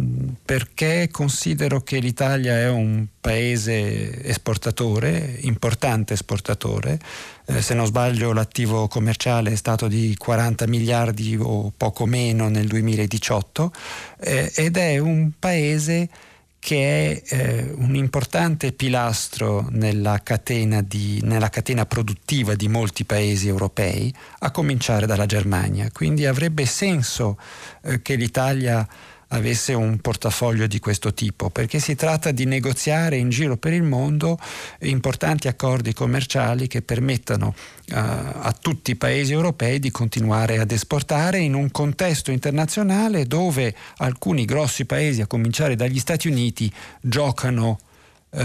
perché considero che l'Italia è un paese esportatore, importante esportatore. Eh, se non sbaglio l'attivo commerciale è stato di quaranta miliardi o poco meno nel duemiladiciotto, eh, ed è un paese che è eh, un importante pilastro nella catena, di, nella catena produttiva di molti paesi europei, a cominciare dalla Germania. Quindi avrebbe senso eh, che l'Italia avesse un portafoglio di questo tipo, perché si tratta di negoziare in giro per il mondo importanti accordi commerciali che permettano uh, a tutti i paesi europei di continuare ad esportare in un contesto internazionale dove alcuni grossi paesi, a cominciare dagli Stati Uniti, giocano uh,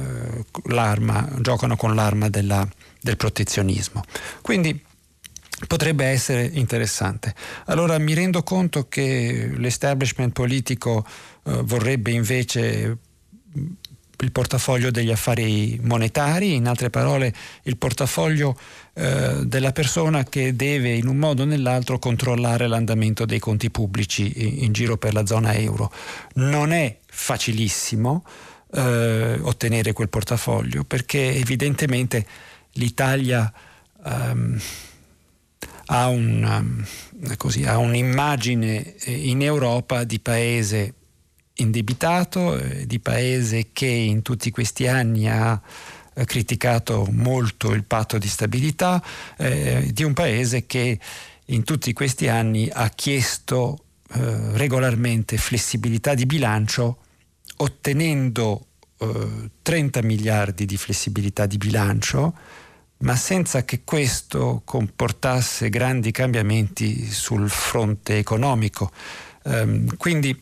l'arma, giocano con l'arma della, del protezionismo. Quindi potrebbe essere interessante. Allora mi rendo conto che l'establishment politico eh, vorrebbe invece il portafoglio degli affari monetari, in altre parole il portafoglio eh, della persona che deve in un modo o nell'altro controllare l'andamento dei conti pubblici in, in giro per la zona euro. Non è facilissimo eh, ottenere quel portafoglio, perché evidentemente l'Italia um, ha, un, così, ha un'immagine in Europa di paese indebitato, di paese che in tutti questi anni ha criticato molto il patto di stabilità, eh, di un paese che in tutti questi anni ha chiesto eh, regolarmente flessibilità di bilancio, ottenendo eh, trenta miliardi di flessibilità di bilancio, ma senza che questo comportasse grandi cambiamenti sul fronte economico. Um, quindi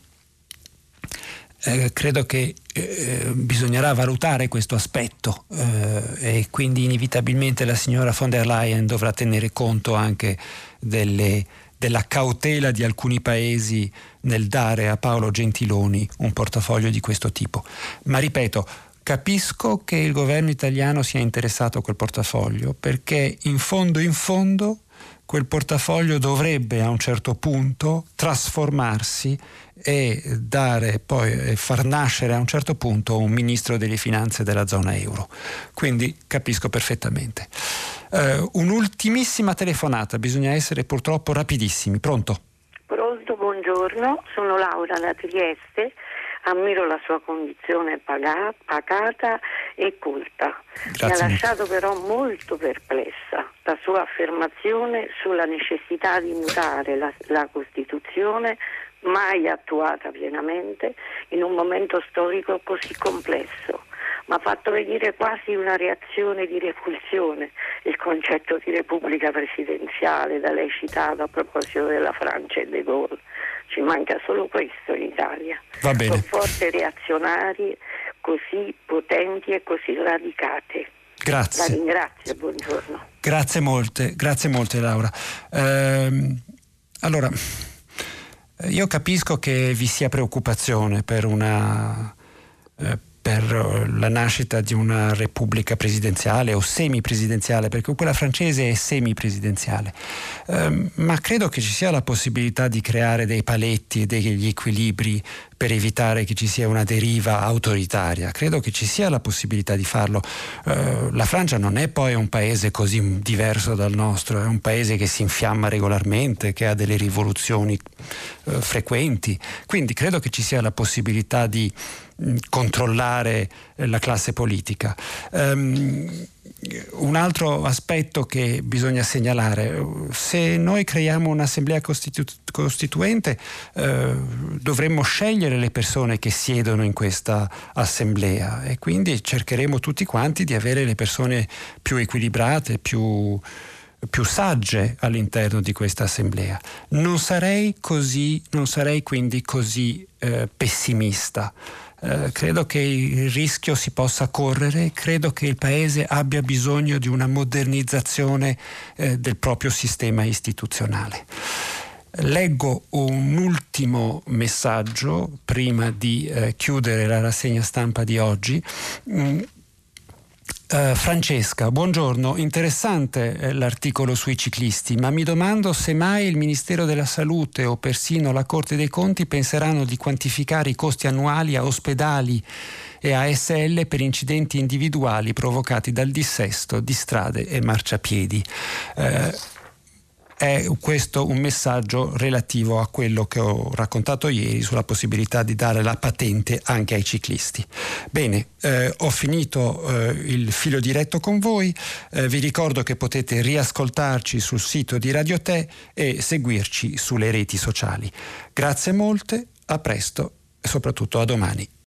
eh, credo che eh, bisognerà valutare questo aspetto eh, e quindi inevitabilmente la signora von der Leyen dovrà tenere conto anche delle, della cautela di alcuni paesi nel dare a Paolo Gentiloni un portafoglio di questo tipo. Ma ripeto, capisco che il governo italiano sia interessato a quel portafoglio, perché in fondo in fondo quel portafoglio dovrebbe a un certo punto trasformarsi e dare poi far nascere a un certo punto un ministro delle finanze della zona euro. Quindi capisco perfettamente. Uh, un'ultimissima telefonata, bisogna essere purtroppo rapidissimi. Pronto? Pronto, buongiorno, sono Laura da Trieste. Ammiro la sua condizione paga- pacata e colta. Grazie. Mi ha lasciato però molto perplessa la sua affermazione sulla necessità di mutare la, la Costituzione, mai attuata pienamente in un momento storico così complesso. mi ha fatto venire quasi una reazione di repulsione il concetto di repubblica presidenziale da lei citato a proposito della Francia e De Gaulle. Ci manca solo questo in Italia. Va bene. Con forze reazionarie così potenti e così radicate. Grazie. La ringrazio, buongiorno. Grazie molte, grazie molte Laura. Ehm, allora, io capisco che vi sia preoccupazione per una eh, per la nascita di una repubblica presidenziale o semipresidenziale, perché quella francese è semipresidenziale, eh, ma credo che ci sia la possibilità di creare dei paletti e degli equilibri per evitare che ci sia una deriva autoritaria. Credo che ci sia la possibilità di farlo. Eh, la Francia non è poi un paese così diverso dal nostro, è un paese che si infiamma regolarmente, che ha delle rivoluzioni eh, frequenti, quindi credo che ci sia la possibilità di mh, controllare eh, la classe politica. Um, Un altro aspetto che bisogna segnalare: se noi creiamo un'assemblea costitu- costituente eh, dovremmo scegliere le persone che siedono in questa assemblea e quindi cercheremo tutti quanti di avere le persone più equilibrate, più, più sagge all'interno di questa assemblea. Non sarei così, non sarei quindi così eh, pessimista. Uh, credo che il rischio si possa correre, credo che il Paese abbia bisogno di una modernizzazione eh, del proprio sistema istituzionale. Leggo un ultimo messaggio prima di eh, chiudere la rassegna stampa di oggi. Mm. Uh, Francesca, buongiorno, interessante eh, l'articolo sui ciclisti, ma mi domando se mai il Ministero della Salute o persino la Corte dei Conti penseranno di quantificare i costi annuali a ospedali e a A S L per incidenti individuali provocati dal dissesto di strade e marciapiedi. Uh, È questo un messaggio relativo a quello che ho raccontato ieri sulla possibilità di dare la patente anche ai ciclisti. Bene, eh, ho finito eh, il filo diretto con voi. Eh, vi ricordo che potete riascoltarci sul sito di Radio Te e seguirci sulle reti sociali. Grazie molte, a presto e soprattutto a domani.